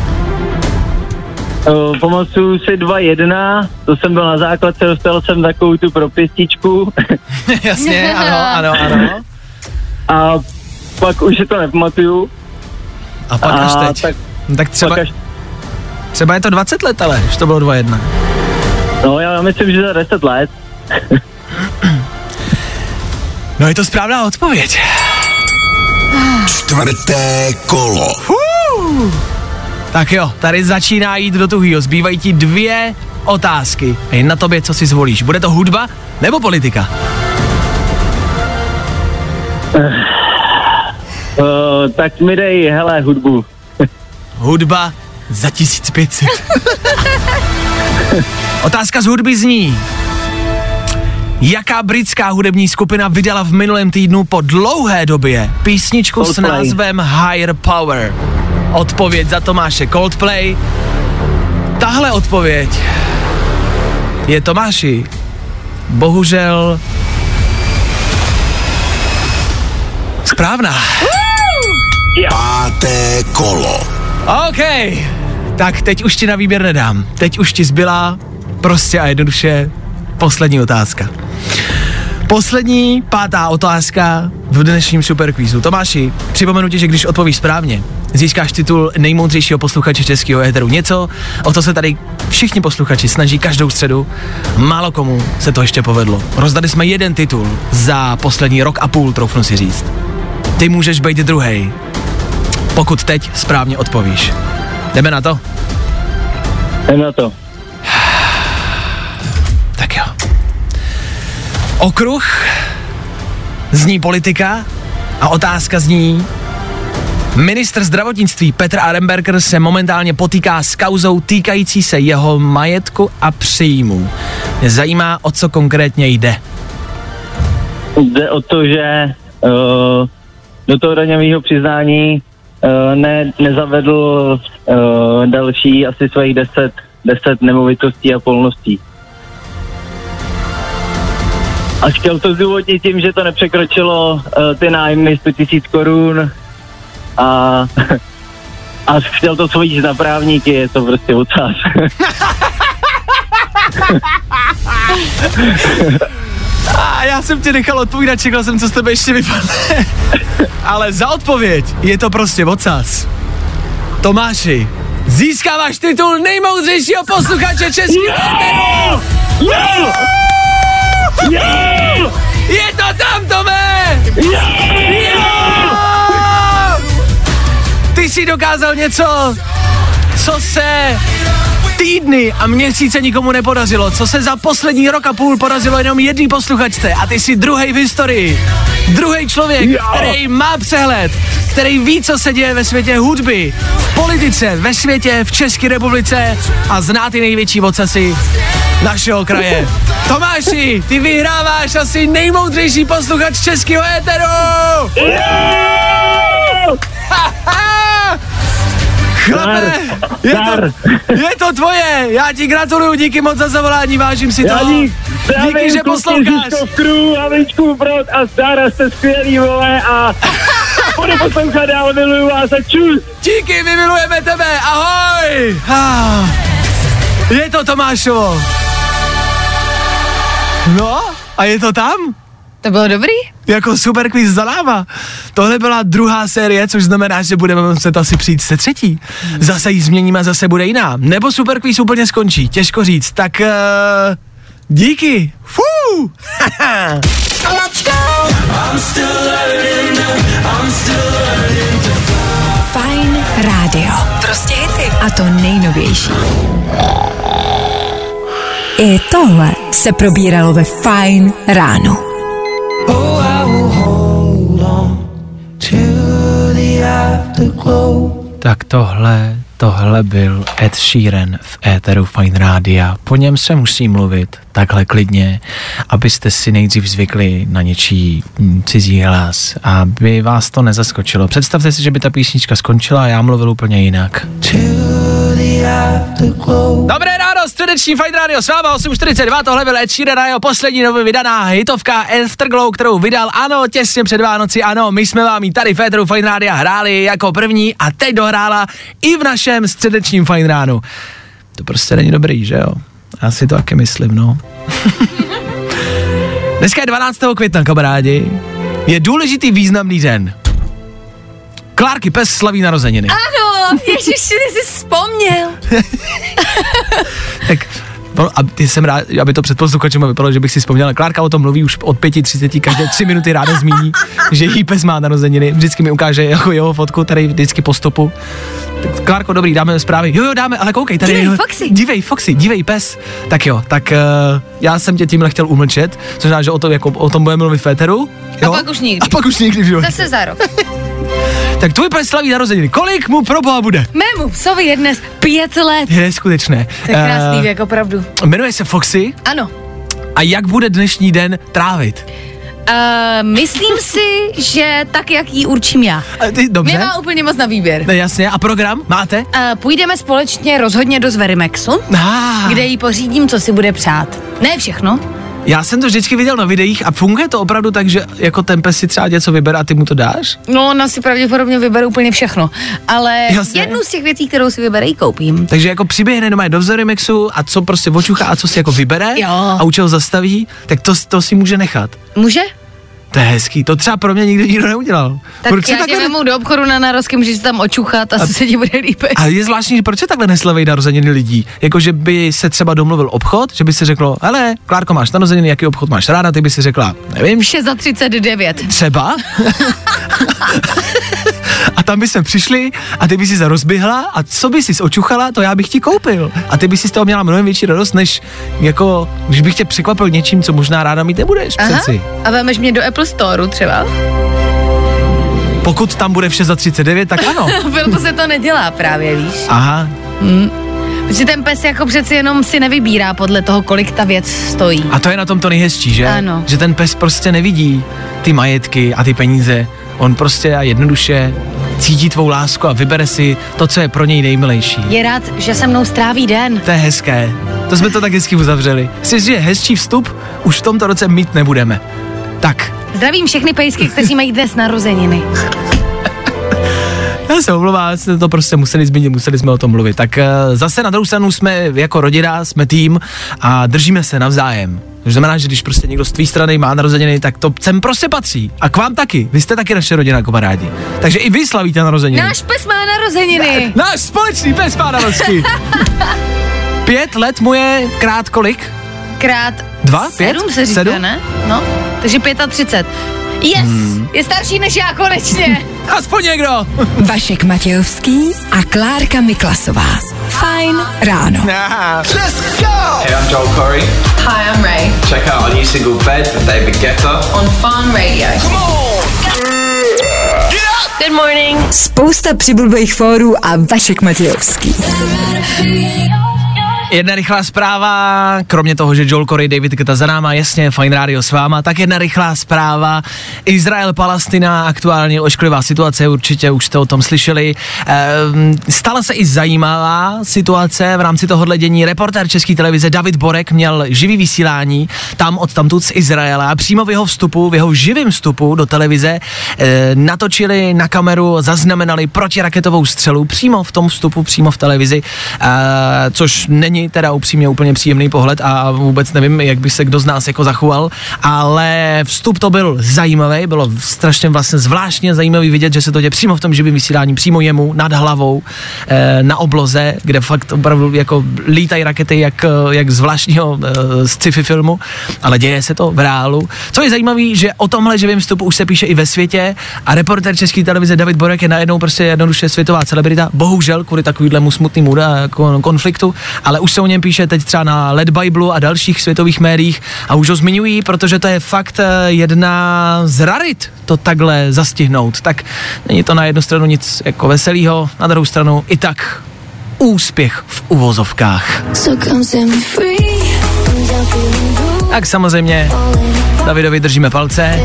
Pamatuju si 2.1, to jsem byl na základce, dostal jsem takovou tu propěstičku. Jasně, ano. A pak už si to nepamatuju. A pak až teď. Tak třeba je to 20 let, ale už to bylo 2.1. No já myslím, že za 10 let. No je to správná odpověď. Čtvrté kolo. Tak jo, tady začíná jít do tuhýho. Zbývají ti 2 otázky. A je na tobě, co si zvolíš. Bude to hudba nebo politika? Tak mi dej, hele, hudbu. Hudba za 1500. Otázka z hudby zní. Jaká britská hudební skupina vydala v minulém týdnu po dlouhé době písničku s názvem Higher Power? Odpověď za Tomáše Coldplay. Tahle odpověď je, Tomáši, bohužel správná. Páté kolo. OK, tak teď už ti na výběr nedám. Teď už ti zbyla prostě a jednoduše poslední otázka. Poslední, 5. otázka v dnešním superkvízu. Tomáši, připomenu ti, že když odpovíš správně, získáš titul nejmoudřejšího posluchače českého éteru. Něco, o to se tady všichni posluchači snaží každou středu. Málo komu se to ještě povedlo. Rozdali jsme 1 titul za poslední rok a půl, troufnu si říct. Ty můžeš být druhej, pokud teď správně odpovíš. Jdeme na to? Jdeme na to. Tak jo. Okruh zní politika a otázka zní: ministr zdravotnictví Petr Arenberger se momentálně potýká s kauzou týkající se jeho majetku a příjmů. Mě zajímá, o co konkrétně jde. Jde o to, že do toho daňového přiznání nezavedl další asi svých 10 nemovitostí a polností. A chtěl to zdůvodnit tím, že to nepřekročilo ty nájmy 100 000 korun a chtěl to svodit na právníky, je to prostě ocas. A já jsem tě nechal odpovídat, čekal jsem, co z tebe ještě vypadne. Ale za odpověď je to prostě ocas. Tomáši, získáváš titul nejmoudřejšího posluchače českého éteru! Je to tam, Tome! Ty jsi dokázal něco, co se týdny a měsíce nikomu nepodařilo, co se za poslední rok a půl podařilo jenom jedný posluchačce a ty jsi druhej v historii. Druhý člověk, který má přehled, který ví, co se děje ve světě hudby, v politice, ve světě, v České republice a zná ty největší ocasy našeho kraje. Tomáši, ty vyhráváš asi nejmoudřejší posluchač českého éteru! Chlape, je to tvoje, já ti gratuluju, díky moc za zavolání, vážím si to. Díky, že posloucháš. Havličku, Brod a Zdar, jste skvělý, vole, a budu poslouchat, já miluju vás a čus. Díky, my milujeme tebe, ahoj. Je to Tomášovo. No, a je to tam? To bylo dobrý? Jako super quiz za náma. Tohle byla druhá série, což znamená, že budeme muset asi přijít se třetí. Zase ji změníme a zase bude jiná. Nebo super quiz úplně skončí, těžko říct. Tak díky. Fuu. Fajn rádio. Prostě hity. A to nejnovější. I tohle se probíralo ve Fajn ráno. Tak tohle byl Ed Sheeran v éteru Fajn rádia. Po něm se musí mluvit takhle klidně, abyste si nejdřív zvykli na něčí cizí hlas, aby vás to nezaskočilo. Představte si, že by ta písnička skončila a já mluvil úplně jinak. Dobré ráno, středeční Fajn rádio s váma 8:42, tohle byl Ed Sheeran a jeho poslední nově vydaná hitovka Afterglow, kterou vydal, ano, těsně před Vánoci, ano, my jsme vám ji tady v éteru Fajn rádia hráli jako první a teď dohrála i v našem středečním Fajn ránu. To prostě není dobrý, že jo? Já si to taky myslím, no. Dneska je 12. května, kamarádi. Je důležitý významný den. Klárky pes slaví narozeniny. Ano, ježiši, ty jsi vzpomněl. Tak a jsem rád, aby to před posluchačem vypadalo, že bych si vzpomněl. Klárka o tom mluví už od 5:30, každé 3 minuty ráda zmíní, že jí pes má narozeniny. Vždycky mi ukáže jako jeho fotku, tady vždycky po stopu. Tak, Klárko, dobrý, dáme zprávy. Jo, dáme, ale koukej, tady Foxy. Dívej, pes. Tak jo, tak já jsem tě tímhle chtěl umlčet, což znamená, že o tom budeme mluvit v éteru. Jo? A pak už nikdy. v životě. Zase za rok. Tak tvůj pes slaví narozeniny. Kolik mu proboha bude? Mému psovi je dnes 5 let. Je neskutečné. To je krásný věk, opravdu. Jmenuje se Foxy. Ano. A jak bude dnešní den trávit? Myslím si, že tak, jak ji určím já. Dobře. Nemá úplně moc na výběr. Ne, jasně. A program máte? Půjdeme společně rozhodně do Zverimexu, kde jí pořídím, co si bude přát. Ne všechno. Já jsem to vždycky viděl na videích a funguje to opravdu tak, že jako ten pes si třeba něco vybere a ty mu to dáš? No, ona si pravděpodobně vybere úplně všechno, ale jasně. Jednu z těch věcí, kterou si vybere, jí koupím. Takže jako přiběhne doma do Vzorimexu a co prostě očuchá a co si jako vybere a u čeho zastaví, tak to si může nechat. Může? To je hezký, to třeba pro mě nikdo neudělal. Tak proč já tě vemu do obchodu na narozky, můžeš si tam očuchat a se ti bude líbit. A je zvláštní, proč se takhle neslaví narozeniny lidí? Jako, že by se třeba domluvil obchod, že by se řeklo, hele, Klárko, máš narozeniny, jaký obchod máš ráda, ty by si řekla, nevím. 6:39. Třeba. A tam by jsme přišli a ty by si se rozběhla a co by si očuchala, to já bych ti koupil. A ty by si z toho měla mnohem větší radost, než jako, když bych tě překvapil něčím, co možná ráda mít nebudeš. Přeci. A vemeš mě do Apple Storeu třeba? Pokud tam bude v 6:39, tak ano. Proto se to nedělá právě, víš. Aha. Protože ten pes jako přeci jenom si nevybírá podle toho, kolik ta věc stojí. A to je na tom to nejhezčí, že? Ano. Že ten pes prostě nevidí ty majetky a ty peníze. On prostě a jednoduše cítí tvou lásku a vybere si to, co je pro něj nejmilejší. Je rád, že se mnou stráví den. To je hezké. To jsme to tak hezky uzavřeli. Myslím, že hezčí vstup už v tomto roce mít nebudeme. Tak. Zdravím všechny pejsky, kteří mají dnes narozeniny. Já se omlouvám, jsme to prostě museli zmínit, museli jsme o tom mluvit. Tak zase na druhou stranu jsme jako rodina, jsme tým a držíme se navzájem. To znamená, že když prostě někdo z tvý strany má narozeniny, tak to sem prostě patří. A k vám taky. Vy jste taky naše rodina, kamarádi. Takže i vy slavíte narozeniny. Náš pes má narozeniny. Náš společný pes má narozeniny. 5 let mu je krát kolik? Krát 2, 5? 7 se říká, 7? Ne? No, takže 35. Yes, je starší než já konečně. Aspoň někdo. Vašek Matějovský a Klárka Miklasová. Fajn ráno. Let's go! Hey, I'm Joel Corey. Hi, I'm Ray. Check out our new single Bed with David Guetta. On Fun Radio. Come on! Good morning. Spousta přibulbých fórů a Vašek Matějovský. Jedna rychlá zpráva, kromě toho, že Joel Corey, David Guetta za náma, jasně, Fajn rádio s váma, tak jedna rychlá zpráva. Izrael, Palestina, aktuálně ošklivá situace, určitě už jste o tom slyšeli. Stala se i zajímavá situace v rámci tohohle dění. Reportér České televize David Borek měl živý vysílání tam odtamtud z Izraela a přímo v jeho vstupu, v jeho živém vstupu do televize natočili na kameru, zaznamenali protiraketovou střelu přímo v tom vstupu, přímo v televizi, což není teda upřímně úplně příjemný pohled a vůbec nevím, jak by se kdo z nás jako zachoval, ale vstup to byl zajímavý, bylo strašně vlastně zvláštně zajímavý vidět, že se to děje přímo v tom živém vysílání, přímo jemu, nad hlavou, na obloze, kde fakt opravdu jako lítají rakety, jak zvláštního z sci-fi filmu, ale děje se to v reálu. Co je zajímavý, že o tomhle živém vstupu už se píše i ve světě a reportér České televize David Borek je najednou prostě jednoduše světová celebrita, bohužel kvůli takovýhlemu smutnému konfliktu, ale už se o něm píše teď třeba na LED Bible a dalších světových médiích a už ho zmiňují, protože to je fakt jedna z rarit to takhle zastihnout. Tak není to na jednu stranu nic jako veselýho, na druhou stranu i tak úspěch v uvozovkách. Tak samozřejmě Davidovi držíme palce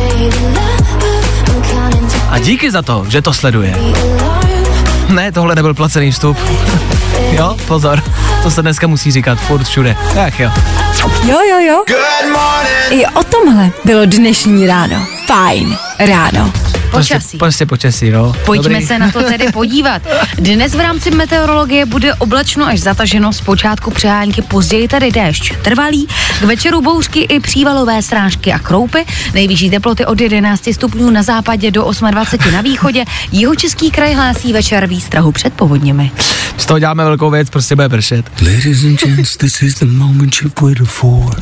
a díky za to, že to sleduje. Ne, tohle nebyl placený vstup. Jo, pozor, to se dneska musí říkat furt všude. Tak jo. Jo. Good morning. I o tomhle bylo dnešní ráno. Fajn ráno. Počasí. Prostě počasí, no. Pojďme Dobrý. se na to tedy podívat. Dnes v rámci meteorologie bude oblačno až zataženo, zpočátku přehánky, později tady déšť trvalý, k večeru bouřky i přívalové srážky a kroupy, nejvyšší teploty od 11 stupňů na západě do 28 na východě, Jihočeský kraj hlásí večer výstrahu před povodněmi. Z toho děláme velkou věc, prostě bude pršet. Ladies and gents, this is the moment you've waited for.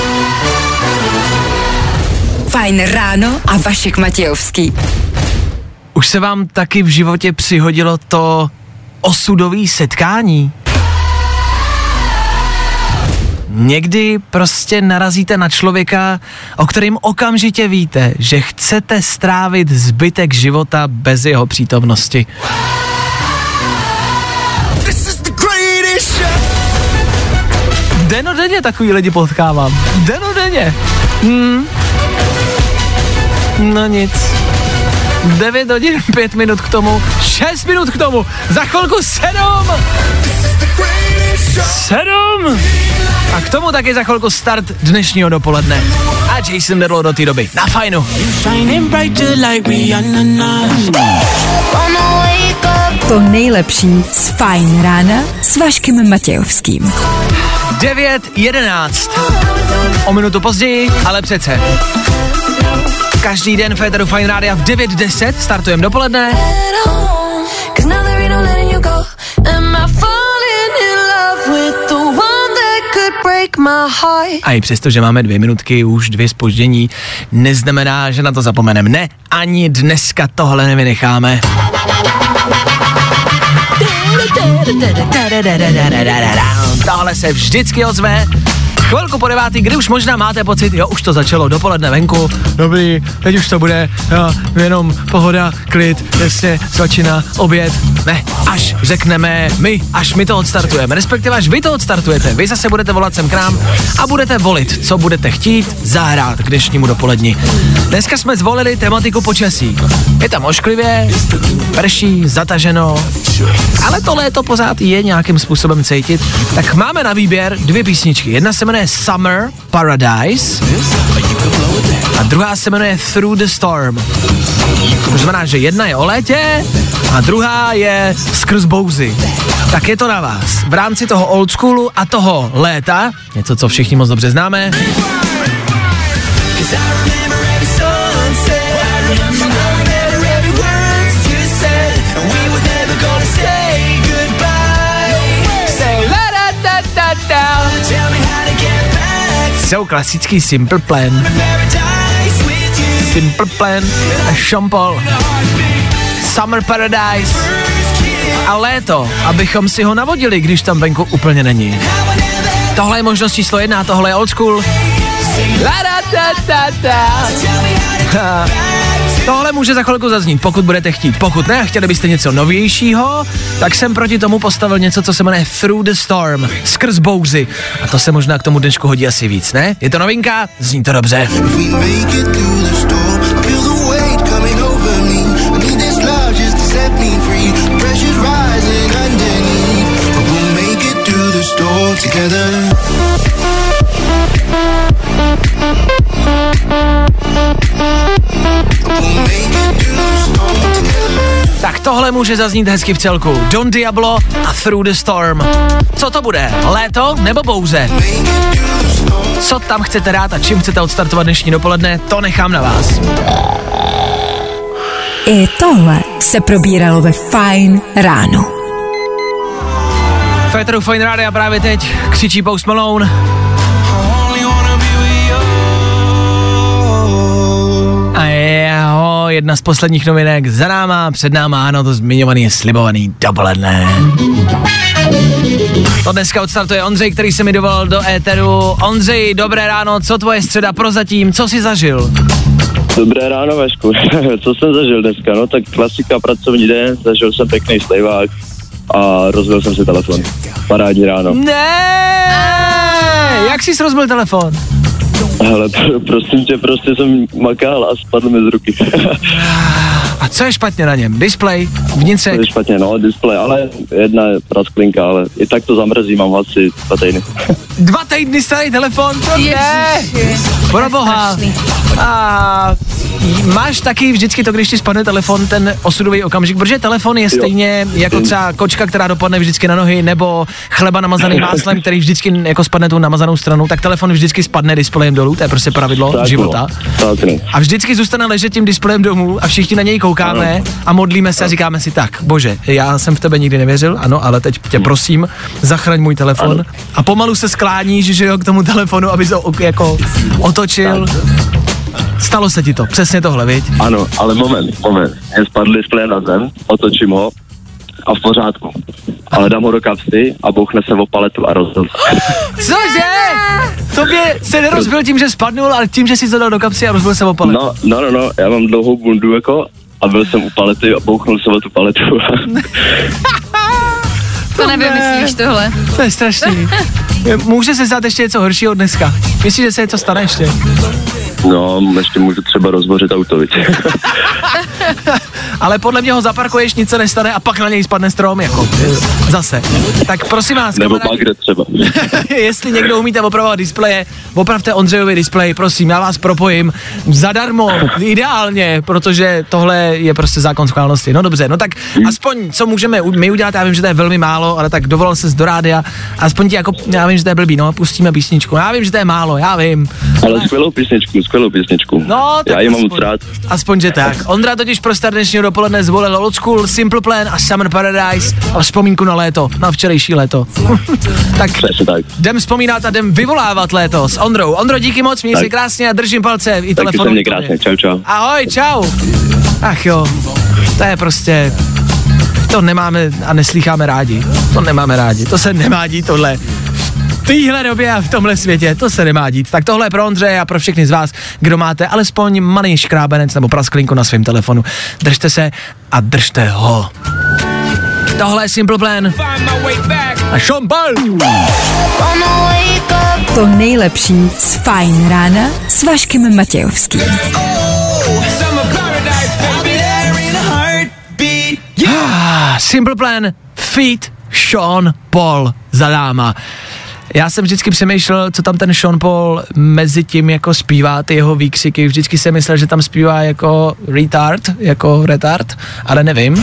Fajn ráno a Vašek Matějovský. Už se vám taky v životě přihodilo to osudové setkání? Někdy prostě narazíte na člověka, o kterým okamžitě víte, že chcete strávit zbytek života bez jeho přítomnosti. Denodenně takový lidi potkávám. Denodenně. No nic. 9 hodin, 5 minut k tomu, 6 minut k tomu, za chvilku 7! 7! A k tomu taky za chvilku start dnešního dopoledne. A Jason Derulo do té doby. Na fajnu. To nejlepší z Fajn rána s Vaškem Matějovským. 9:11. O minutu později, ale přece. Každý den v éteru Fajn rádia v 9:10 startujeme dopoledne. A i přesto, že máme 2 minutky, už 2 zpoždění, neznamená, že na to zapomeneme. Ne, ani dneska tohle nevynecháme. Tohle se vždycky ozve. Chvilku po 9, kdy už možná máte pocit, jo, už to začalo, dopoledne venku, dobrý, teď už to bude, jo, jenom pohoda, klid, jasně, svačina, oběd, ne, až řekneme my, až my to odstartujeme, respektive až vy to odstartujete, vy zase budete volat sem k nám a budete volit, co budete chtít zahrát k dnešnímu dopoledni. Dneska jsme zvolili tematiku počasí. Je tam ošklivě, prší, zataženo, ale to léto pořád je nějakým způsobem cítit, tak máme na výběr 2 písničky. Jedna se jmenuje jmenuje Summer Paradise a druhá se jmenuje Through the Storm. To znamená, že jedna je o létě a druhá je skrz bouzy. Tak je to na vás. V rámci toho old schoolu a toho léta, něco, co všichni moc dobře známe, jsou klasický Simple Plan. Simple Plan a Sean Paul. Summer Paradise a léto, abychom si ho navodili, když tam venku úplně není. Tohle je možnost číslo 1, tohle je old school. Tohle může za chvilku zaznít, pokud budete chtít. Pokud ne a chtěli byste něco novějšího, tak jsem proti tomu postavil něco, co se jmenuje Through the Storm, skrz bouzy. A to se možná k tomu dnešku hodí asi víc, ne? Je to novinka? Zní to dobře. Tak tohle může zaznít hezky v celku. Don Diablo a Through the Storm. Co to bude? Léto nebo bouze? Co tam chcete dát a čím chcete odstartovat dnešní dopoledne, to nechám na vás. I tohle se probíralo ve Fajn ráno. Féteru Fajn rádia právě teď křičí Post Malone. A jeho, jedna z posledních novinek za náma, před náma, ano, to zmiňovaný, slibovaný dopoledne. To dneska odstartuje Ondřej, který se mi dovolal do éteru. Ondřej, dobré ráno, co tvoje středa prozatím, co jsi zažil? Dobré ráno, Vašku. Co jsem zažil dneska? No tak klasika, pracovní den, zažil jsem pěkný slejvák a rozbil jsem si telefon. Parádní ráno. Ne! Jak jsi rozbil telefon? Hele, prosím tě, prostě jsem makal a spadl mi z ruky. A co je špatně na něm? Displej? Vnitřek? To je špatně, no, displej, ale jedna je prasklinka, ale i tak to zamrzí, mám asi 2 týdny. 2 týdny starý telefon? To ne! Pro boha. A máš taky vždycky to, když ti spadne telefon, ten osudový okamžik, protože telefon je stejně jako třeba kočka, která dopadne vždycky na nohy, nebo chleba namazaný máslem, který vždycky jako spadne tu namazanou stranu, tak telefon vždycky spadne displejem dolů, to je prostě pravidlo tak života. A vždycky zůstane ležet tím displejem domů a všichni na něj koukáme a modlíme se a říkáme si tak, bože, já jsem v tebe nikdy nevěřil, ano, ale teď tě prosím, zachraň můj telefon. A pomalu se skláníš, že jo, k tomu telefonu, aby se jako otočil. Stalo se ti to, přesně tohle, viď? Ano, ale moment. Já spadl displej na zem, otočím ho a v pořádku. Ale dám ho do kapsy a bouchne se o paletu a rozbil. Cože? Tobě se nerozbil tím, že spadnul, ale tím, že jsi zadal do kapsy a rozbil se o paletu. No, já mám dlouhou bundu jako a byl jsem u palety a bouchnul se o tu paletu. To nevymyslíš tohle. To je strašný. Může se stát ještě něco horšího dneska. Myslíš, že se něco stane ještě? No, ještě můžu třeba rozbořit auto, viď. Ale podle mě ho zaparkuješ, nic se nestane a pak na něj spadne strom, jako zase. Tak prosím vás, nebo bagre třeba. Jestli někdo umíte opravovat displeje, opravte Ondřejovi displej, prosím, já vás propojím zadarmo, ideálně, protože tohle je prostě zákon schválnosti. No dobře, no tak aspoň, co můžeme my udělat, já vím, že to je velmi málo, ale tak dovolal ses do rádia, aspoň ti jako, já vím, že to je blbý, no, pustíme písničku, já vím, že to je málo, já vím. Ale skvělou písničku. No, já ji mám moc rád. Aspoň, že tak. Ondra totiž pro start dnešního dopoledne zvolil Old School, Simple Plan a Summer Paradise a vzpomínku na léto, na včerejší léto. tak jdem vzpomínat a jdem vyvolávat léto s Ondrou. Ondro, díky moc, měj se krásně a držím palce i telefonu. Taky se mě krásně, čau. Ahoj, čau. Ach jo, to je prostě, to nemáme a neslýcháme rádi. To se nemá dít tohle. V téhle době a v tomhle světě, to se nemá dít. Tak tohle je pro Ondřeje a pro všechny z vás, kdo máte alespoň malý škrábenec nebo prasklinku na svém telefonu. Držte se a držte ho. Tohle je Simple Plan a Sean Paul. To nejlepší z Fajn rána s Vaškem Matějovským. Simple Plan, feat. Sean Paul za náma. Já jsem vždycky přemýšlel, co tam ten Sean Paul mezi tím jako zpívá, ty jeho výkřiky. Vždycky jsem myslel, že tam zpívá jako retard, ale nevím.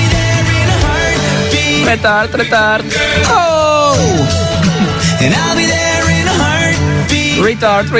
Retard. Oh! Retard.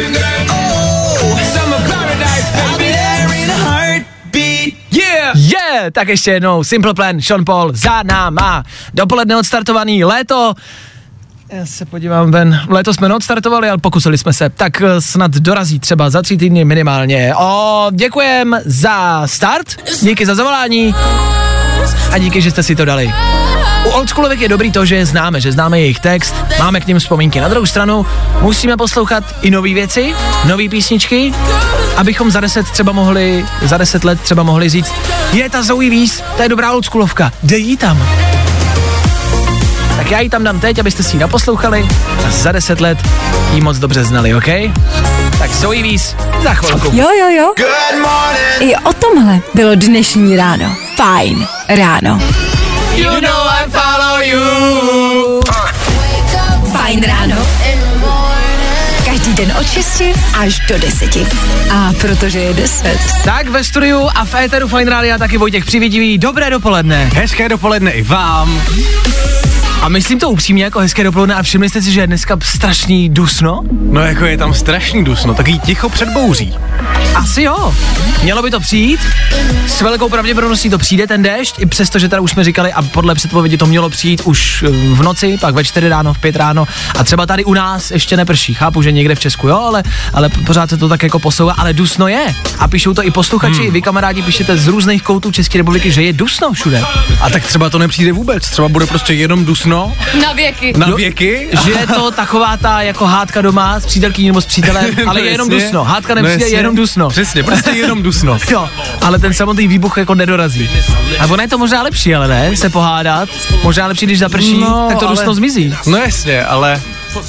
Yeah! Tak ještě jednou, Simple Plan, Sean Paul, za náma. Dopoledne odstartovaný léto. Já se podívám ven. Léto jsme neodstartovali, ale pokusili jsme se. Tak snad dorazí třeba za 3 týdny minimálně. Děkujem za start, díky za zavolání a díky, že jste si to dali. U oldschoolovek je dobrý to, že je známe, jejich text, máme k nim vzpomínky. Na druhou stranu musíme poslouchat i nové věci, nové písničky, abychom za 10 let třeba mohli říct, je ta Zoe Wees, to je dobrá oldschoolovka, dej jí tam. Tak já ji tam dám teď, abyste si ji naposlouchali a za 10 let ji moc dobře znali, OK? Tak Zoe Wees za chvilku. Jo. I o tomhle bylo dnešní ráno. Fajn ráno. You know I follow you. Fajn ráno. Každý den od 6 až do 10. A protože je 10. Tak ve studiu a v éteru Fajn rádia taky Vojtěch Přivědivý. Dobré dopoledne. Hezké dopoledne i vám. A myslím to upřímně jako hezké dopoledne a všimli jste si, že je dneska strašný dusno? No jako je tam strašný dusno, taky ticho před bouří. Asi jo. Mělo by to přijít, s velkou pravděpodobností to přijde ten déšť, i přesto, že teda už jsme říkali a podle předpovědi to mělo přijít už v noci, pak ve 4 ráno, v 5 ráno a třeba tady u nás ještě neprší. Chápu, že někde v Česku jo, ale pořád se to tak jako posouvá, ale dusno je. A píšou to i posluchači, vy kamarádi píšete z různých koutů České republiky, že je dusno všude. A tak třeba to nepřijde vůbec, třeba bude prostě jenom dusno. Na věky? Že je to taková ta jako hádka doma s přítelkyní nebo s přítelem, ale je jenom dusno. Hádka nepřijde, je jenom dusno. Přesně, prostě jenom dusno. Jo, ale ten samotný výbuch jako nedorazí. A ono je to možná lepší, ale ne, se pohádat. Možná lepší, když zaprší, tak to dusno zmizí. No jasně, ale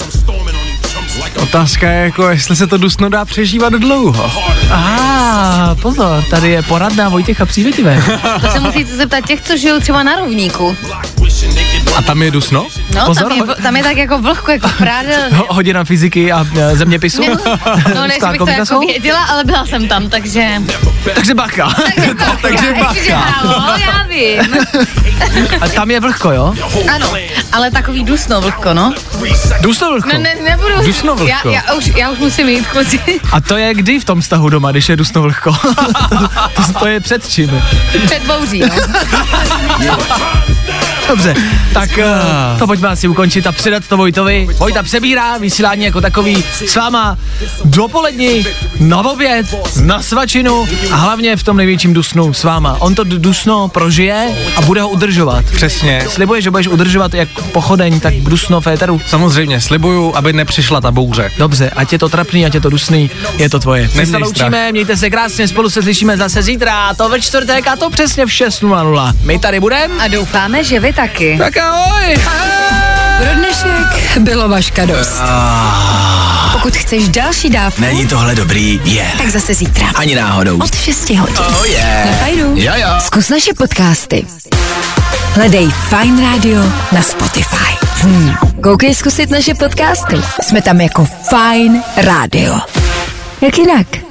otázka je jako, jestli se to dusno dá přežívat dlouho. Pozor, tady je poradná Vojtěcha Přívětivé. To se musíte zeptat těch, co žijou třeba na Rovníku. A tam je dusno? No, pozor, tam je tak jako vlhko, jako v prádelně. Hodina fyziky a zeměpisu? No, než bych to jako věděla, ale byla jsem tam, takže... Takže bacha. Takže bacha. Já vím. A tam je vlhko, jo? Ano, ale takový dusno vlhko, no. Dusno vlhko? No, nebudu. Dusno vlhko. Já už musím jít, kluci. A to je kdy v tom vztahu doma, když je dusno vlhko? to je před čím? Před bouří, no. Dobře, tak to pojďme asi ukončit a předat to Vojtovi. Vojta přebírá vysílání jako takový s váma dopolední, na oběd, na svačinu a hlavně v tom největším dusnu s váma. On to dusno prožije a bude ho udržovat. Přesně. Slibuješ, že budeš udržovat jak pochodeň, tak dusno v éteru? Samozřejmě, slibuju, aby nepřišla ta bouře. Dobře, ať je to trapný, ať je to dusný, je to tvoje. My se loučíme, mějte se krásně, spolu se slyšíme zase zítra, to ve čtvrtek a to přesně v 6:00. My tady budeme a doufáme, že vy taky. Tak ahoj! Pro dnešek bylo Vaška dost. Pokud chceš další dávku, Není tohle dobrý? tak zase zítra. Ani náhodou. Od 6 hodin. Na Fajnu. Jo. Zkus naše podcasty. Hledej Fajn Radio na Spotify. Koukej zkusit naše podcasty. Jsme tam jako Fajn Radio. Jak jinak?